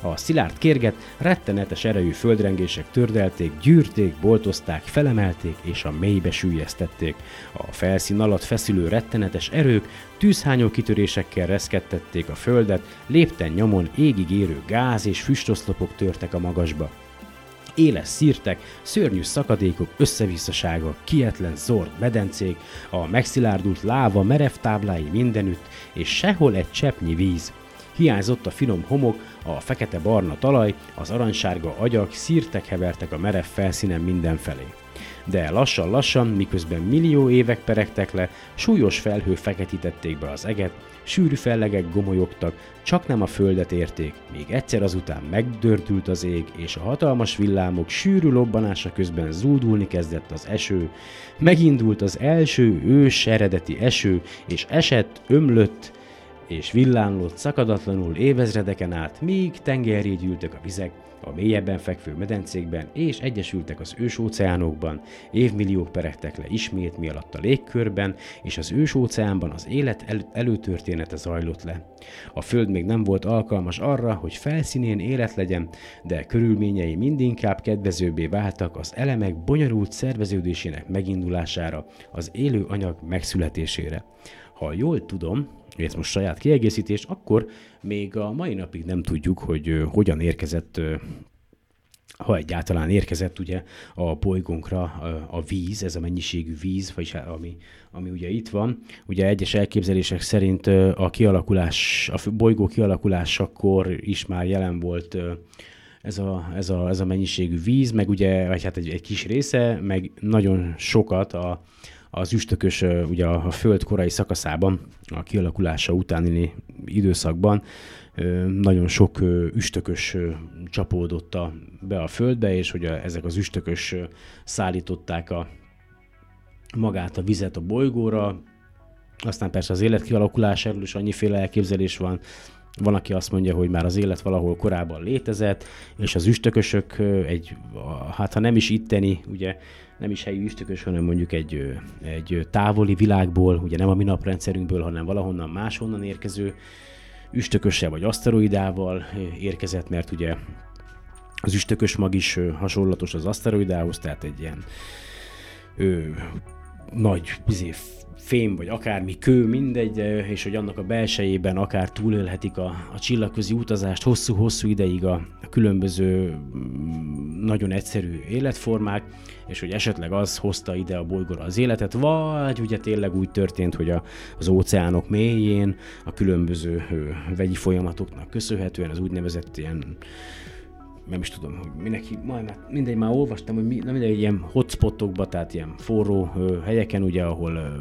A szilárd kérget rettenetes erejű földrengések tördelték, gyűrték, boltozták, felemelték és a mélybe süllyesztették. A felszín alatt feszülő rettenetes erők tűzhányó kitörésekkel reszkettették a földet, lépten nyomon égig érő gáz és füstoszlopok törtek a magasba. Éles szírtek, szörnyű szakadékok, összevisszasága, kietlen zord medencék, a megszilárdult láva merev táblái mindenütt, és sehol egy cseppnyi víz. Hiányzott a finom homok, a fekete-barna talaj, az aranysárga agyak, szírtek hevertek a merev felszínen mindenfelé. De lassan-lassan, miközben millió évek peregtek le, súlyos felhő feketítették be az eget, sűrű fellegek gomolyogtak, csak nem a földet érték, még egyszer azután megdördült az ég, és a hatalmas villámok sűrű lobbanása közben zúdulni kezdett az eső. Megindult az első ős eredeti eső, és esett, ömlött, és villámlott szakadatlanul évezredeken át, míg tengerré gyűltek a vizek, a mélyebben fekvő medencékben, és egyesültek az ősóceánokban, évmilliók peregtek le ismét, mi alatt a légkörben, és az ősóceánban az élet el- előtörténete zajlott le. A Föld még nem volt alkalmas arra, hogy felszínén élet legyen, de körülményei mindinkább kedvezőbbé váltak az elemek bonyolult szerveződésének megindulására, az élő anyag megszületésére. Ha jól tudom, ez most saját kiegészítés, akkor még a mai napig nem tudjuk, hogy uh, hogyan érkezett, uh, ha egyáltalán érkezett ugye a bolygónkra uh, a víz, ez a mennyiségű víz, vagyis ami, ami ugye itt van. Ugye egyes elképzelések szerint uh, a kialakulás, a bolygó kialakulásakor is már jelen volt uh, ez, a, ez, a, ez a mennyiségű víz, meg ugye, vagy hát egy, egy kis része, meg nagyon sokat a az üstökös, ugye a Föld korai szakaszában, a kialakulása utáni időszakban nagyon sok üstökös csapódott a, be a Földbe, és hogy a, ezek az üstökös szállították a, magát a vizet a bolygóra. Aztán persze az élet kialakulásáról is annyiféle elképzelés van. Van, aki azt mondja, hogy már az élet valahol korábban létezett, és az üstökösök egy, hát ha nem is itteni, ugye nem is helyi üstökös, hanem mondjuk egy, egy távoli világból, ugye nem a mi naprendszerünkből, hanem valahonnan máshonnan érkező üstökössel vagy aszteroidával érkezett, mert ugye az üstökös mag is hasonlatos az aszteroidához, tehát egy ilyen ö, nagy bizé, fém, vagy akármi kő, mindegy, és hogy annak a belsejében akár túlélhetik a, a csillagközi utazást hosszú-hosszú ideig a, a különböző nagyon egyszerű életformák, és hogy esetleg az hozta ide a bolygóra az életet, vagy ugye tényleg úgy történt, hogy a, az óceánok mélyén a különböző ö, vegyi folyamatoknak köszönhetően az úgynevezett ilyen, nem is tudom, hogy mindenki, majd mindegy, már olvastam, hogy mi, mindegy, ilyen hotspotokba, tehát ilyen forró ö, helyeken, ugye, ahol ö,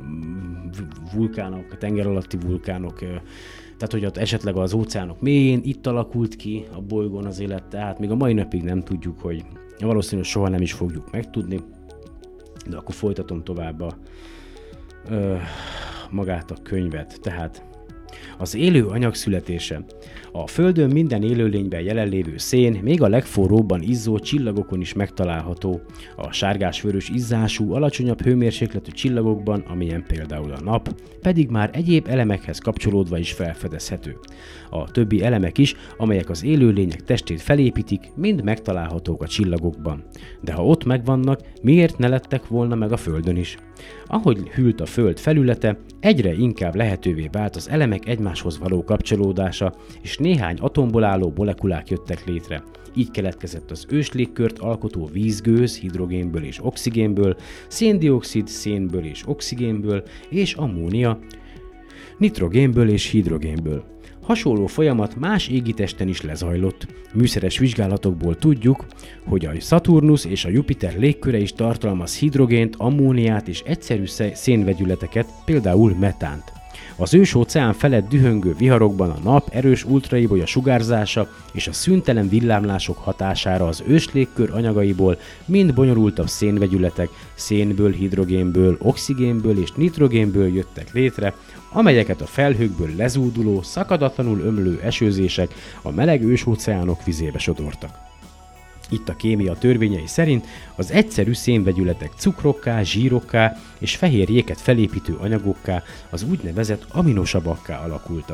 vulkánok, tenger alatti vulkánok, ö, tehát hogy ott esetleg az óceánok mélyén itt alakult ki a bolygón az élet, tehát még a mai napig nem tudjuk, hogy valószínűleg soha nem is fogjuk megtudni, de akkor folytatom tovább a, ö, magát a könyvet, tehát az élő anyag születése. A Földön minden élőlényben jelenlévő szén még a legforróbban izzó csillagokon is megtalálható. A sárgás-vörös izzású, alacsonyabb hőmérsékletű csillagokban, amilyen például a nap, pedig már egyéb elemekhez kapcsolódva is felfedezhető. A többi elemek is, amelyek az élőlények testét felépítik, mind megtalálhatók a csillagokban. De ha ott megvannak, miért ne lettek volna meg a Földön is? Ahogy hűlt a Föld felülete, egyre inkább lehetővé vált az elemek egymáshoz való kapcsolódása, és néhány atomból álló molekulák jöttek létre. Így keletkezett az őslégkört alkotó vízgőz hidrogénből és oxigénből, széndioxid szénből és oxigénből, és ammónia nitrogénből és hidrogénből. Hasonló folyamat más égitesten is lezajlott. Műszeres vizsgálatokból tudjuk, hogy a Szaturnusz és a Jupiter légköre is tartalmaz hidrogént, ammóniát és egyszerű szénvegyületeket, például metánt. Az ősóceán felett dühöngő viharokban a nap erős ultraibolya sugárzása és a szüntelen villámlások hatására az őslégkör anyagaiból mind bonyolultabb szénvegyületek, szénből, hidrogénből, oxigénből és nitrogénből jöttek létre, amelyeket a felhőkből lezúduló, szakadatlanul ömlő esőzések a meleg ősóceánok vizébe sodortak. Itt a kémia törvényei szerint az egyszerű szénvegyületek cukrokká, zsírokká és fehérjéket felépítő anyagokká, az úgynevezett aminosavakká alakultak.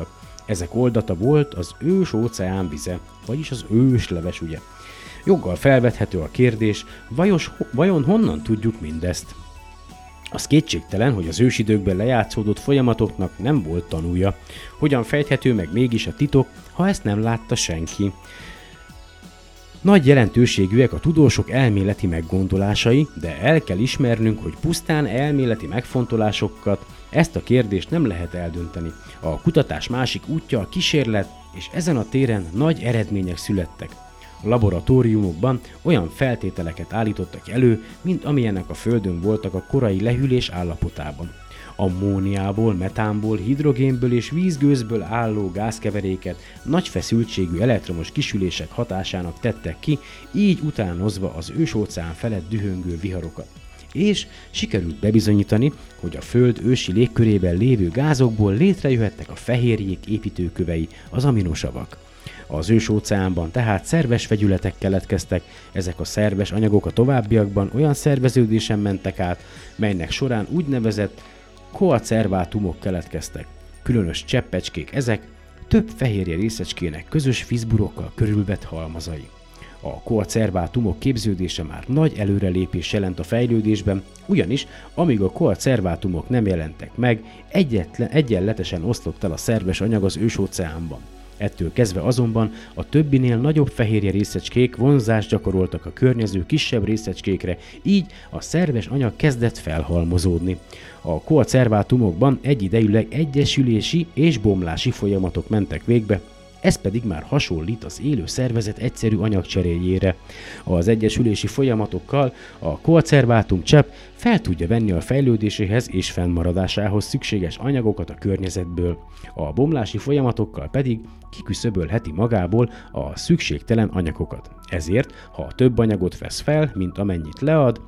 Ezek oldata volt az ős óceán vize, vagyis az ősleves, ugye. Joggal felvethető a kérdés, vajos, vajon honnan tudjuk mindezt? Az kétségtelen, hogy az ősidőkben lejátszódott folyamatoknak nem volt tanúja. Hogyan fejthető meg mégis a titok, ha ezt nem látta senki? Nagy jelentőségűek a tudósok elméleti meggondolásai, de el kell ismernünk, hogy pusztán elméleti megfontolásokat ezt a kérdést nem lehet eldönteni. A kutatás másik útja a kísérlet, és ezen a téren nagy eredmények születtek. A laboratóriumokban olyan feltételeket állítottak elő, mint amilyenek a Földön voltak a korai lehűlés állapotában. Ammóniából, metánból, hidrogénből és vízgőzből álló gázkeveréket nagy feszültségű elektromos kisülések hatásának tettek ki, így utánozva az ősóceán felett dühöngő viharokat. És sikerült bebizonyítani, hogy a Föld ősi légkörében lévő gázokból létrejöhettek a fehérjék építőkövei, az aminosavak. Az ősóceánban tehát szerves vegyületek keletkeztek, ezek a szerves anyagok a továbbiakban olyan szerveződésen mentek át, melynek során úgynevezett koacervátumok keletkeztek. Különös cseppecskék ezek, több fehérje részecskének közös fizburokkal körülvett halmazai. A koacervátumok képződése már nagy előrelépés jelent a fejlődésben, ugyanis amíg a koacervátumok nem jelentek meg, egyetlen, egyenletesen oszlott el a szerves anyag az ősóceánban. Ettől kezdve azonban a többinél nagyobb fehérje részecskék vonzást gyakoroltak a környező kisebb részecskékre, így a szerves anyag kezdett felhalmozódni. A koacervátumokban egyidejűleg egyesülési és bomlási folyamatok mentek végbe, ez pedig már hasonlít az élő szervezet egyszerű anyagcseréjére. Az egyesülési folyamatokkal a koacervátum csepp fel tudja venni a fejlődéséhez és fennmaradásához szükséges anyagokat a környezetből. A bomlási folyamatokkal pedig kiküszöbölheti magából a szükségtelen anyagokat. Ezért, ha több anyagot vesz fel, mint amennyit lead,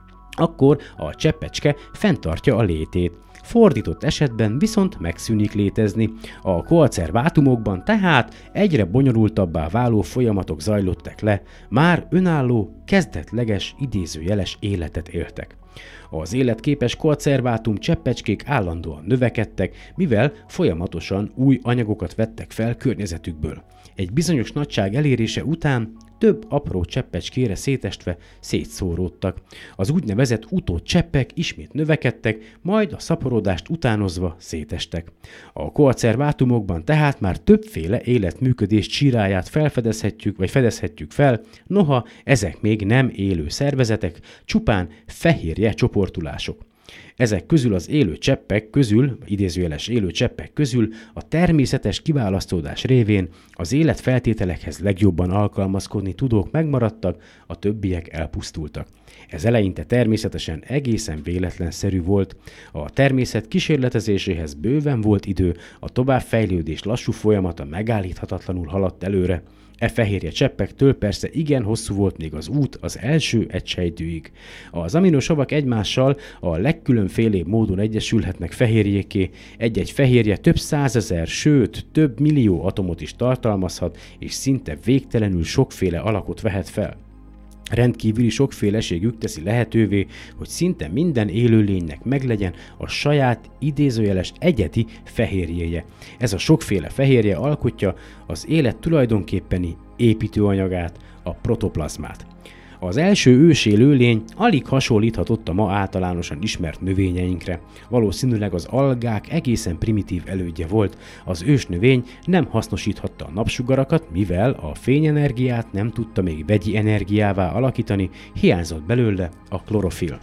akkor a cseppecske fenntartja a létét. Fordított esetben viszont megszűnik létezni. A koacervátumokban tehát egyre bonyolultabbá váló folyamatok zajlottak le, már önálló, kezdetleges, idézőjeles életet éltek. Az életképes koacervátum cseppecskék állandóan növekedtek, mivel folyamatosan új anyagokat vettek fel környezetükből. Egy bizonyos nagyság elérése után több apró cseppecskére szétestve szétszóródtak. Az úgynevezett utódcseppek ismét növekedtek, majd a szaporodást utánozva szétestek. A koacervátumokban tehát már többféle életműködés csíráját felfedezhetjük, vagy fedezhetjük fel, noha ezek még nem élő szervezetek, csupán fehérje csoportulások. Ezek közül az élő cseppek közül, idézőjeles élő cseppek közül a természetes kiválasztódás révén az életfeltételekhez legjobban alkalmazkodni tudók megmaradtak, a többiek elpusztultak. Ez eleinte természetesen egészen véletlenszerű volt. A természet kísérletezéséhez bőven volt idő, a továbbfejlődés lassú folyamata megállíthatatlanul haladt előre. E fehérje cseppektől persze igen hosszú volt még az út az első egysejtűig. Az aminosavak egymással a legkülönfélébb módon egyesülhetnek fehérjéké, egy-egy fehérje több százezer, sőt több millió atomot is tartalmazhat, és szinte végtelenül sokféle alakot vehet fel. Rendkívüli sokféleségük teszi lehetővé, hogy szinte minden élőlénynek meglegyen a saját idézőjeles egyedi fehérjéje. Ez a sokféle fehérje alkotja az élet tulajdonképpeni építőanyagát, a protoplazmát. Az első ősélő lény alig hasonlíthatott a ma általánosan ismert növényeinkre. Valószínűleg az algák egészen primitív elődje volt. Az ősnövény nem hasznosíthatta a napsugarakat, mivel a fényenergiát nem tudta még vegyi energiává alakítani, hiányzott belőle a klorofil.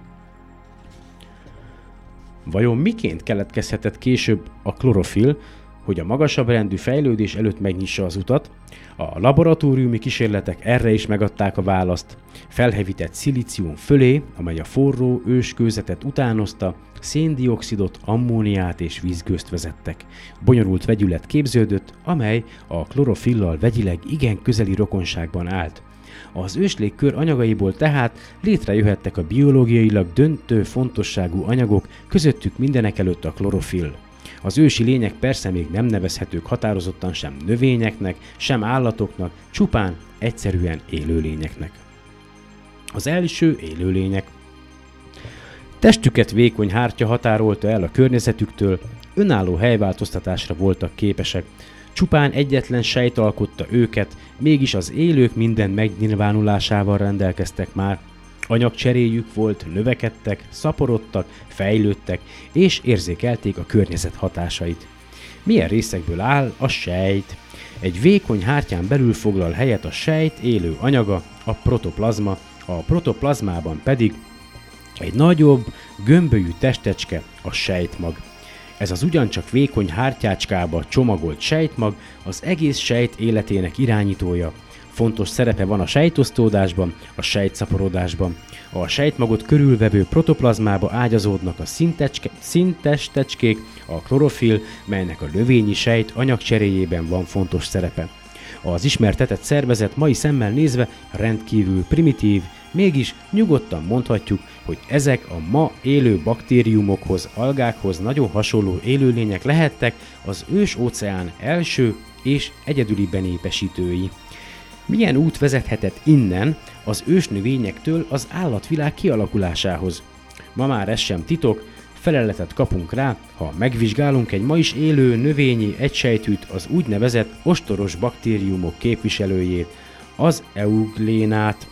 Vajon miként keletkezhetett később a klorofil, hogy a magasabb rendű fejlődés előtt megnyissa az utat? A laboratóriumi kísérletek erre is megadták a választ. Felhevített szilícium fölé, amely a forró őskőzetet utánozta, széndioxidot, ammóniát és vízgőzt vezettek. Bonyolult vegyület képződött, amely a klorofillal vegyileg igen közeli rokonságban állt. Az őslégkör anyagaiból tehát létrejöhettek a biológiailag döntő fontosságú anyagok, közöttük mindenekelőtt a klorofil. Az ősi lények persze még nem nevezhetők határozottan sem növényeknek, sem állatoknak, csupán egyszerűen élőlényeknek. Az első élőlények. Testüket vékony hártya határolta el a környezetüktől, önálló helyváltoztatásra voltak képesek. Csupán egyetlen sejt alkotta őket, mégis az élők minden megnyilvánulásával rendelkeztek már. Anyagcseréjük volt, növekedtek, szaporodtak, fejlődtek, és érzékelték a környezet hatásait. Milyen részekből áll a sejt? Egy vékony hártyán belül foglal helyet a sejt élő anyaga, a protoplazma, a protoplazmában pedig egy nagyobb, gömbölyű testecske, a sejtmag. Ez az ugyancsak vékony hártyácskába csomagolt sejtmag az egész sejt életének irányítója. Fontos szerepe van a sejtosztódásban, a sejtszaporodásban. A sejtmagot körülvevő protoplazmába ágyazódnak a színtestecskék, a klorofil, melynek a növényi sejt anyagcseréjében van fontos szerepe. Az ismertetett szervezet mai szemmel nézve rendkívül primitív, mégis nyugodtan mondhatjuk, hogy ezek a ma élő baktériumokhoz, algákhoz nagyon hasonló élőlények lehettek az ős-óceán első és egyedüli benépesítői. Milyen út vezethetett innen az ősnövényektől az állatvilág kialakulásához? Ma már ez sem titok, feleletet kapunk rá, ha megvizsgálunk egy ma is élő növényi egysejtűt, az úgynevezett ostoros baktériumok képviselőjét, az euglénát.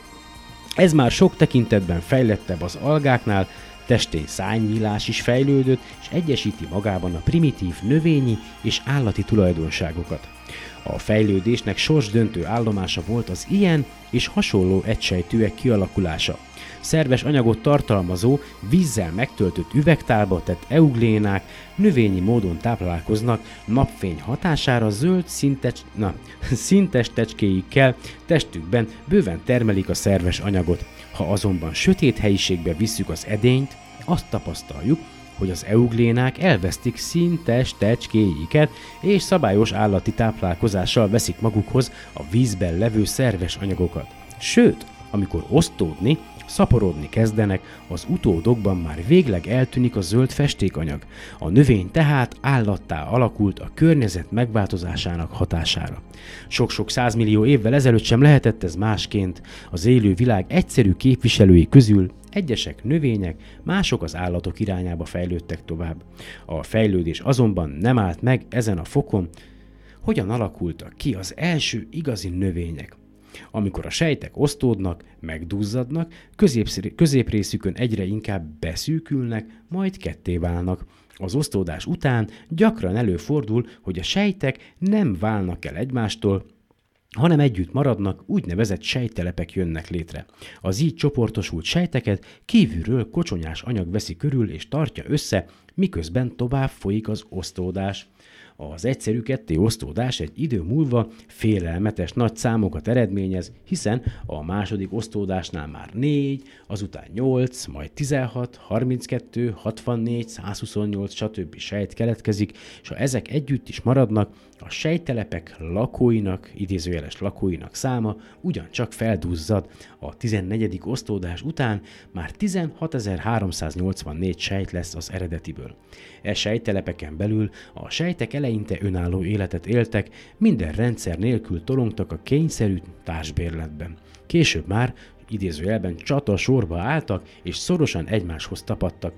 Ez már sok tekintetben fejlettebb az algáknál, testén szárnyílás is fejlődött, és egyesíti magában a primitív növényi és állati tulajdonságokat. A fejlődésnek sorsdöntő állomása volt az ilyen és hasonló egysejtűek kialakulása. Szerves anyagot tartalmazó, vízzel megtöltött üvegtálba tett euglénák növényi módon táplálkoznak, napfény hatására zöld szintes, na, színtestecskéikkel testükben bőven termelik a szerves anyagot. Ha azonban sötét helyiségbe visszük az edényt, azt tapasztaljuk, hogy az euglénák elvesztik színtestecskéiket, és szabályos állati táplálkozással veszik magukhoz a vízben levő szerves anyagokat. Sőt, amikor osztódni, szaporodni kezdenek, az utódokban már végleg eltűnik a zöld festékanyag. A növény tehát állattá alakult a környezet megváltozásának hatására. Sok-sok százmillió évvel ezelőtt sem lehetett ez másként. Az élő világ egyszerű képviselői közül egyesek növények, mások az állatok irányába fejlődtek tovább. A fejlődés azonban nem állt meg ezen a fokon. Hogyan alakultak ki az első igazi növények? Amikor a sejtek osztódnak, megduzzadnak, közép, középrészükön egyre inkább beszűkülnek, majd ketté válnak. Az osztódás után gyakran előfordul, hogy a sejtek nem válnak el egymástól, hanem együtt maradnak, úgynevezett sejttelepek jönnek létre. Az így csoportosult sejteket kívülről kocsonyás anyag veszi körül és tartja össze, miközben tovább folyik az osztódás. Az egyszerű ketté osztódás egy idő múlva félelmetes nagy számokat eredményez, hiszen a második osztódásnál már négy, azután nyolc, majd tizenhat, harminckettő, hatvannégy, százhuszonnyolc, stb. Sejt keletkezik, és ha ezek együtt is maradnak, a sejttelepek lakóinak, idézőjeles lakóinak száma ugyancsak felduzzad. A tizennegyedik osztódás után már tizenhatezer-háromszáznyolcvannégy sejt lesz az eredetiből. E sejttelepeken belül a sejtek eleinte önálló életet éltek, minden rendszer nélkül tolongtak a kényszerű társbérletben. Később már, idézőjelben csata sorba álltak, és szorosan egymáshoz tapadtak.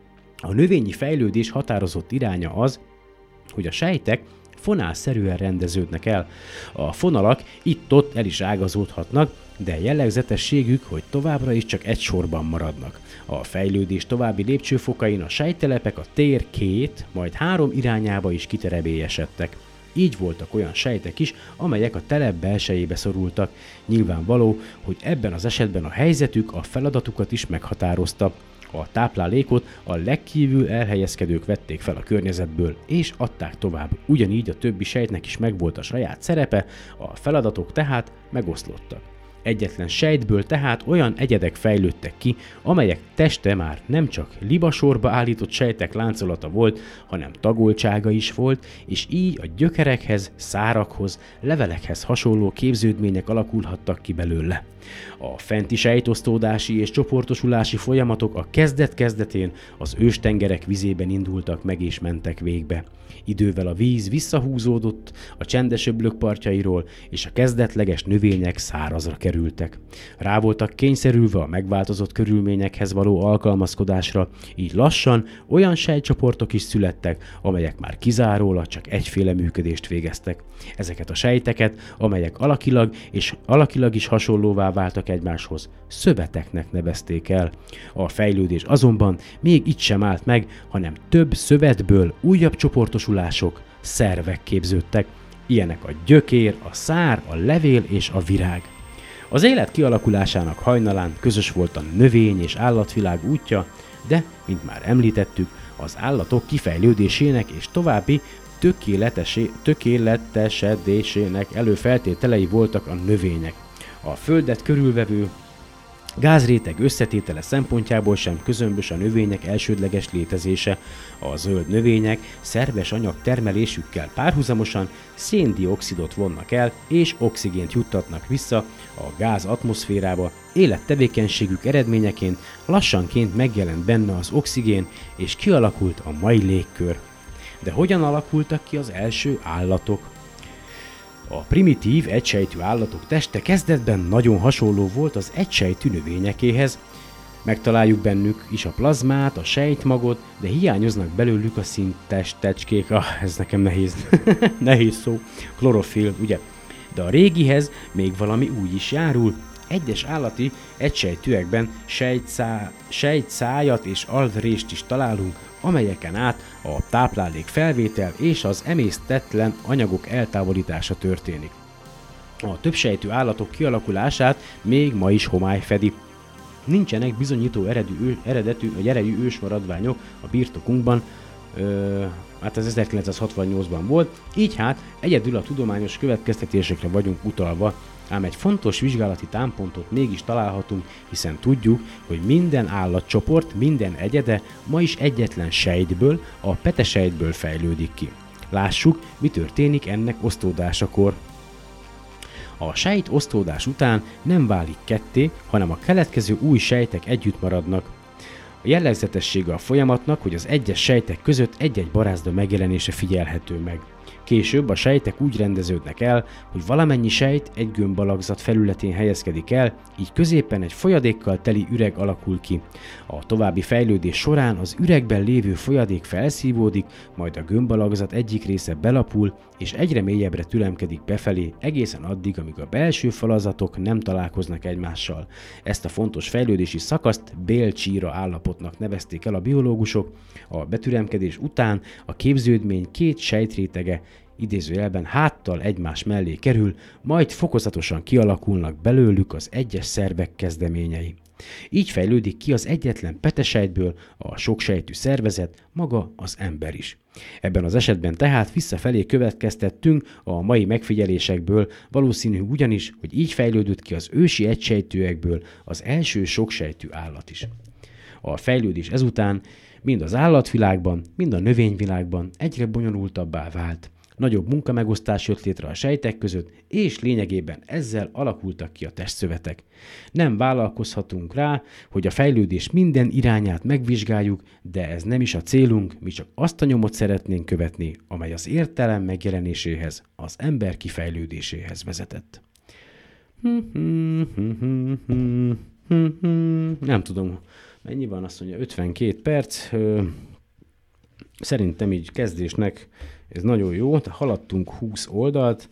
A növényi fejlődés határozott iránya az, hogy a sejtek fonálszerűen rendeződnek el. A fonalak itt-ott el is ágazódhatnak, de jellegzetességük, hogy továbbra is csak egy sorban maradnak. A fejlődés további lépcsőfokain a sejttelepek a tér két, majd három irányába is kiterebélyesedtek. Így voltak olyan sejtek is, amelyek a telep belsejébe szorultak. Nyilvánvaló, hogy ebben az esetben a helyzetük a feladatukat is meghatározta. A táplálékot a legkívül elhelyezkedők vették fel a környezetből, és adták tovább. Ugyanígy a többi sejtnek is megvolt a saját szerepe, a feladatok tehát megoszlottak. Egyetlen sejtből tehát olyan egyedek fejlődtek ki, amelyek teste már nem csak libasorba állított sejtek láncolata volt, hanem tagoltsága is volt, és így a gyökerekhez, szárakhoz, levelekhez hasonló képződmények alakulhattak ki belőle. A fenti sejtosztódási és csoportosulási folyamatok a kezdet-kezdetén az őstengerek vizében indultak meg és mentek végbe. Idővel a víz visszahúzódott a csendes öblök partjairól, és a kezdetleges növények szárazra kerültek. merültek. Rá voltak kényszerülve a megváltozott körülményekhez való alkalmazkodásra, így lassan olyan sejtcsoportok is születtek, amelyek már kizárólag csak egyféle működést végeztek. Ezeket a sejteket, amelyek alakilag és alakilag is hasonlóvá váltak egymáshoz, szöveteknek nevezték el. A fejlődés azonban még itt sem állt meg, hanem több szövetből újabb csoportosulások, szervek képződtek. Ilyenek a gyökér, a szár, a levél és a virág. Az élet kialakulásának hajnalán közös volt a növény és állatvilág útja, de, mint már említettük, az állatok kifejlődésének és további tökéletesedésének előfeltételei voltak a növények. A földet körülvevő gázréteg összetétele szempontjából sem közömbös a növények elsődleges létezése. A zöld növények szerves anyag termelésükkel párhuzamosan szén-dioxidot vonnak el és oxigént juttatnak vissza a gáz atmoszférába. Élettevékenységük eredményeként lassanként megjelent benne az oxigén és kialakult a mai légkör. De hogyan alakultak ki az első állatok? A primitív, egysejtű állatok teste kezdetben nagyon hasonló volt az egysejtű növényekéhez. Megtaláljuk bennük is a plazmát, a sejtmagot, de hiányoznak belőlük a színtestecskék. Ah, ez nekem nehéz. nehéz szó. Klorofil, ugye? De a régihez még valami új is járul. Egyes állati egysejtűekben sejtszá, sejtszájat és alvrést is találunk, amelyeken át a táplálék felvétel és az emésztetlen anyagok eltávolítása történik. A többsejtű állatok kialakulását még ma is homály fedi. Nincsenek bizonyító eredetű, eredetű vagy erejű ősmaradványok a birtokunkban, ö, hát ez ezerkilencszázhatvannyolcban volt, így hát egyedül a tudományos következtetésekre vagyunk utalva, ám egy fontos vizsgálati támpontot mégis találhatunk, hiszen tudjuk, hogy minden állatcsoport, minden egyede ma is egyetlen sejtből, a petesejtből fejlődik ki. Lássuk, mi történik ennek osztódásakor. A sejt osztódás után nem válik ketté, hanem a keletkező új sejtek együtt maradnak. A jellegzetessége a folyamatnak, hogy az egyes sejtek között egy-egy barázda megjelenése figyelhető meg. Később a sejtek úgy rendeződnek el, hogy valamennyi sejt egy gömbalakzat felületén helyezkedik el, így középen egy folyadékkal teli üreg alakul ki. A további fejlődés során az üregben lévő folyadék felszívódik, majd a gömbalakzat egyik része belapul, és egyre mélyebbre tülemkedik befelé, egészen addig, amíg a belső falazatok nem találkoznak egymással. Ezt a fontos fejlődési szakaszt Bélcsíra állapotnak nevezték el a biológusok. A betüremkedés után a képződmény két sejtrétege idézőjelben háttal egymás mellé kerül, majd fokozatosan kialakulnak belőlük az egyes szervek kezdeményei. Így fejlődik ki az egyetlen petesejtből a soksejtű szervezet, maga az ember is. Ebben az esetben tehát visszafelé következtettünk a mai megfigyelésekből, valószínű ugyanis, hogy így fejlődött ki az ősi egysejtűekből az első soksejtű állat is. A fejlődés ezután mind az állatvilágban, mind a növényvilágban egyre bonyolultabbá vált. Nagyobb munkamegosztás jött létre a sejtek között, és lényegében ezzel alakultak ki a testszövetek. Nem vállalkozhatunk rá, hogy a fejlődés minden irányát megvizsgáljuk, de ez nem is a célunk, mi csak azt a nyomot szeretnénk követni, amely az értelem megjelenéséhez, az ember kifejlődéséhez vezetett. Nem tudom, mennyi van, azt mondja, ötvenkét perc. Szerintem így kezdésnek ez nagyon jó, de haladtunk húsz oldalt,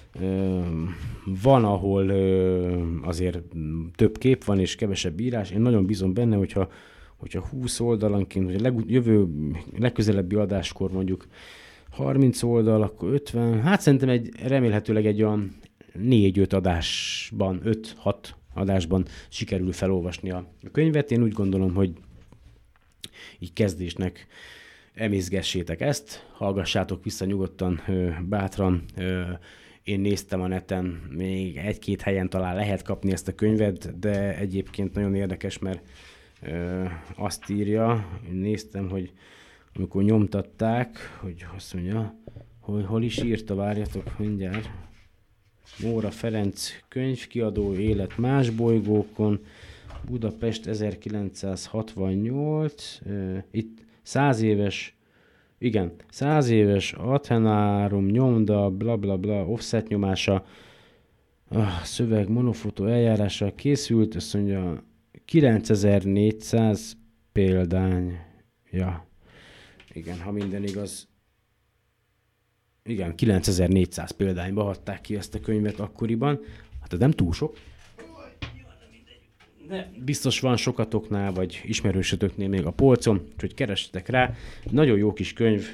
van, ahol azért több kép van és kevesebb írás. Én nagyon bízom benne, hogyha, hogyha húsz oldalanként, vagy a leg, jövő legközelebbi adáskor mondjuk harminc oldal, akkor ötven, hát szerintem egy, remélhetőleg egy olyan négy-öt adásban, öt-hat adásban sikerül felolvasni a könyvet. Én úgy gondolom, hogy így kezdésnek emészgessétek ezt, hallgassátok vissza nyugodtan, bátran. Én néztem a neten, még egy-két helyen talán lehet kapni ezt a könyvet, de egyébként nagyon érdekes, mert azt írja, én néztem, hogy amikor nyomtatták, hogy azt mondja, hogy hol is írta, várjatok mindjárt, Móra Ferenc könyvkiadó, Élet más bolygókon, Budapest ezerkilencszázhatvannyolc, itt száz éves, igen, száz éves Athenárum nyomda, bla bla bla, offset nyomása, A szöveg monofotó eljárással készült, azt mondja kilencezer-négyszáz példány. Ja, igen, ha minden igaz. Igen, kilencezer-négyszáz példányba adták ki ezt a könyvet akkoriban. Hát ez nem túl sok. De biztos van sokatoknál, vagy ismerősötöknél még a polcon, úgyhogy keressetek rá. Nagyon jó kis könyv,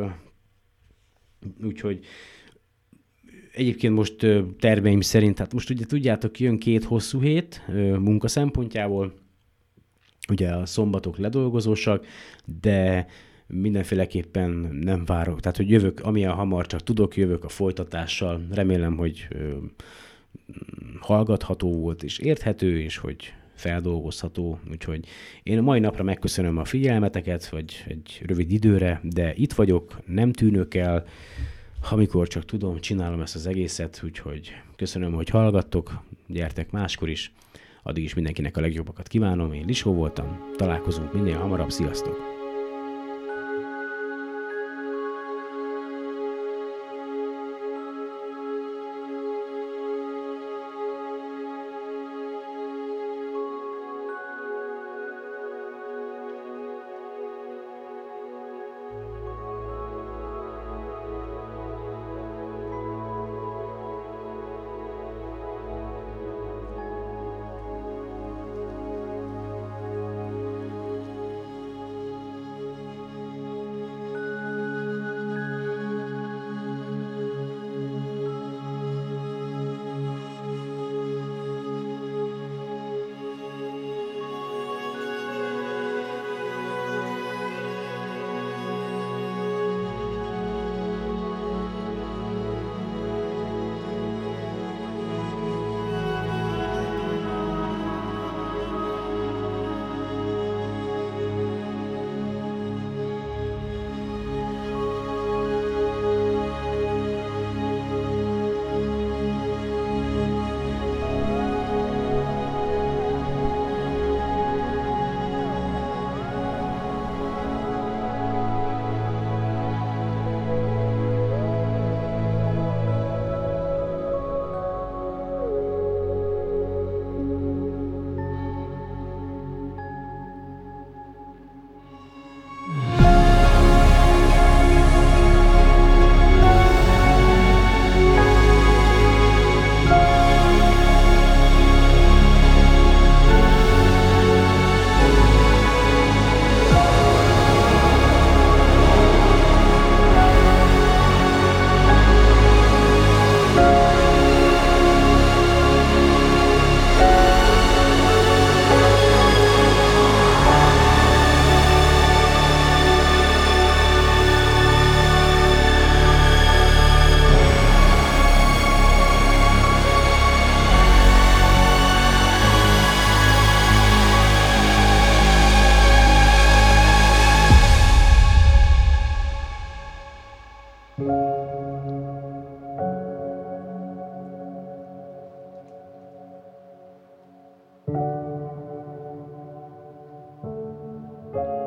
úgyhogy egyébként most terveim szerint, hát most ugye tudjátok, jön két hosszú hét munka szempontjából, ugye a szombatok ledolgozósak, de mindenféleképpen nem várok. Tehát, hogy jövök, amilyen hamar csak tudok, jövök a folytatással. Remélem, hogy ö, hallgatható volt és érthető, és hogy feldolgozható. Úgyhogy én a mai napra megköszönöm a figyelmeteket, vagy egy rövid időre, de itt vagyok, nem tűnök el. Amikor csak tudom, csinálom ezt az egészet, úgyhogy köszönöm, hogy hallgattok, gyertek máskor is. Addig is mindenkinek a legjobbakat kívánom, én Lisó voltam, találkozunk minél hamarabb, sziasztok! Thank you.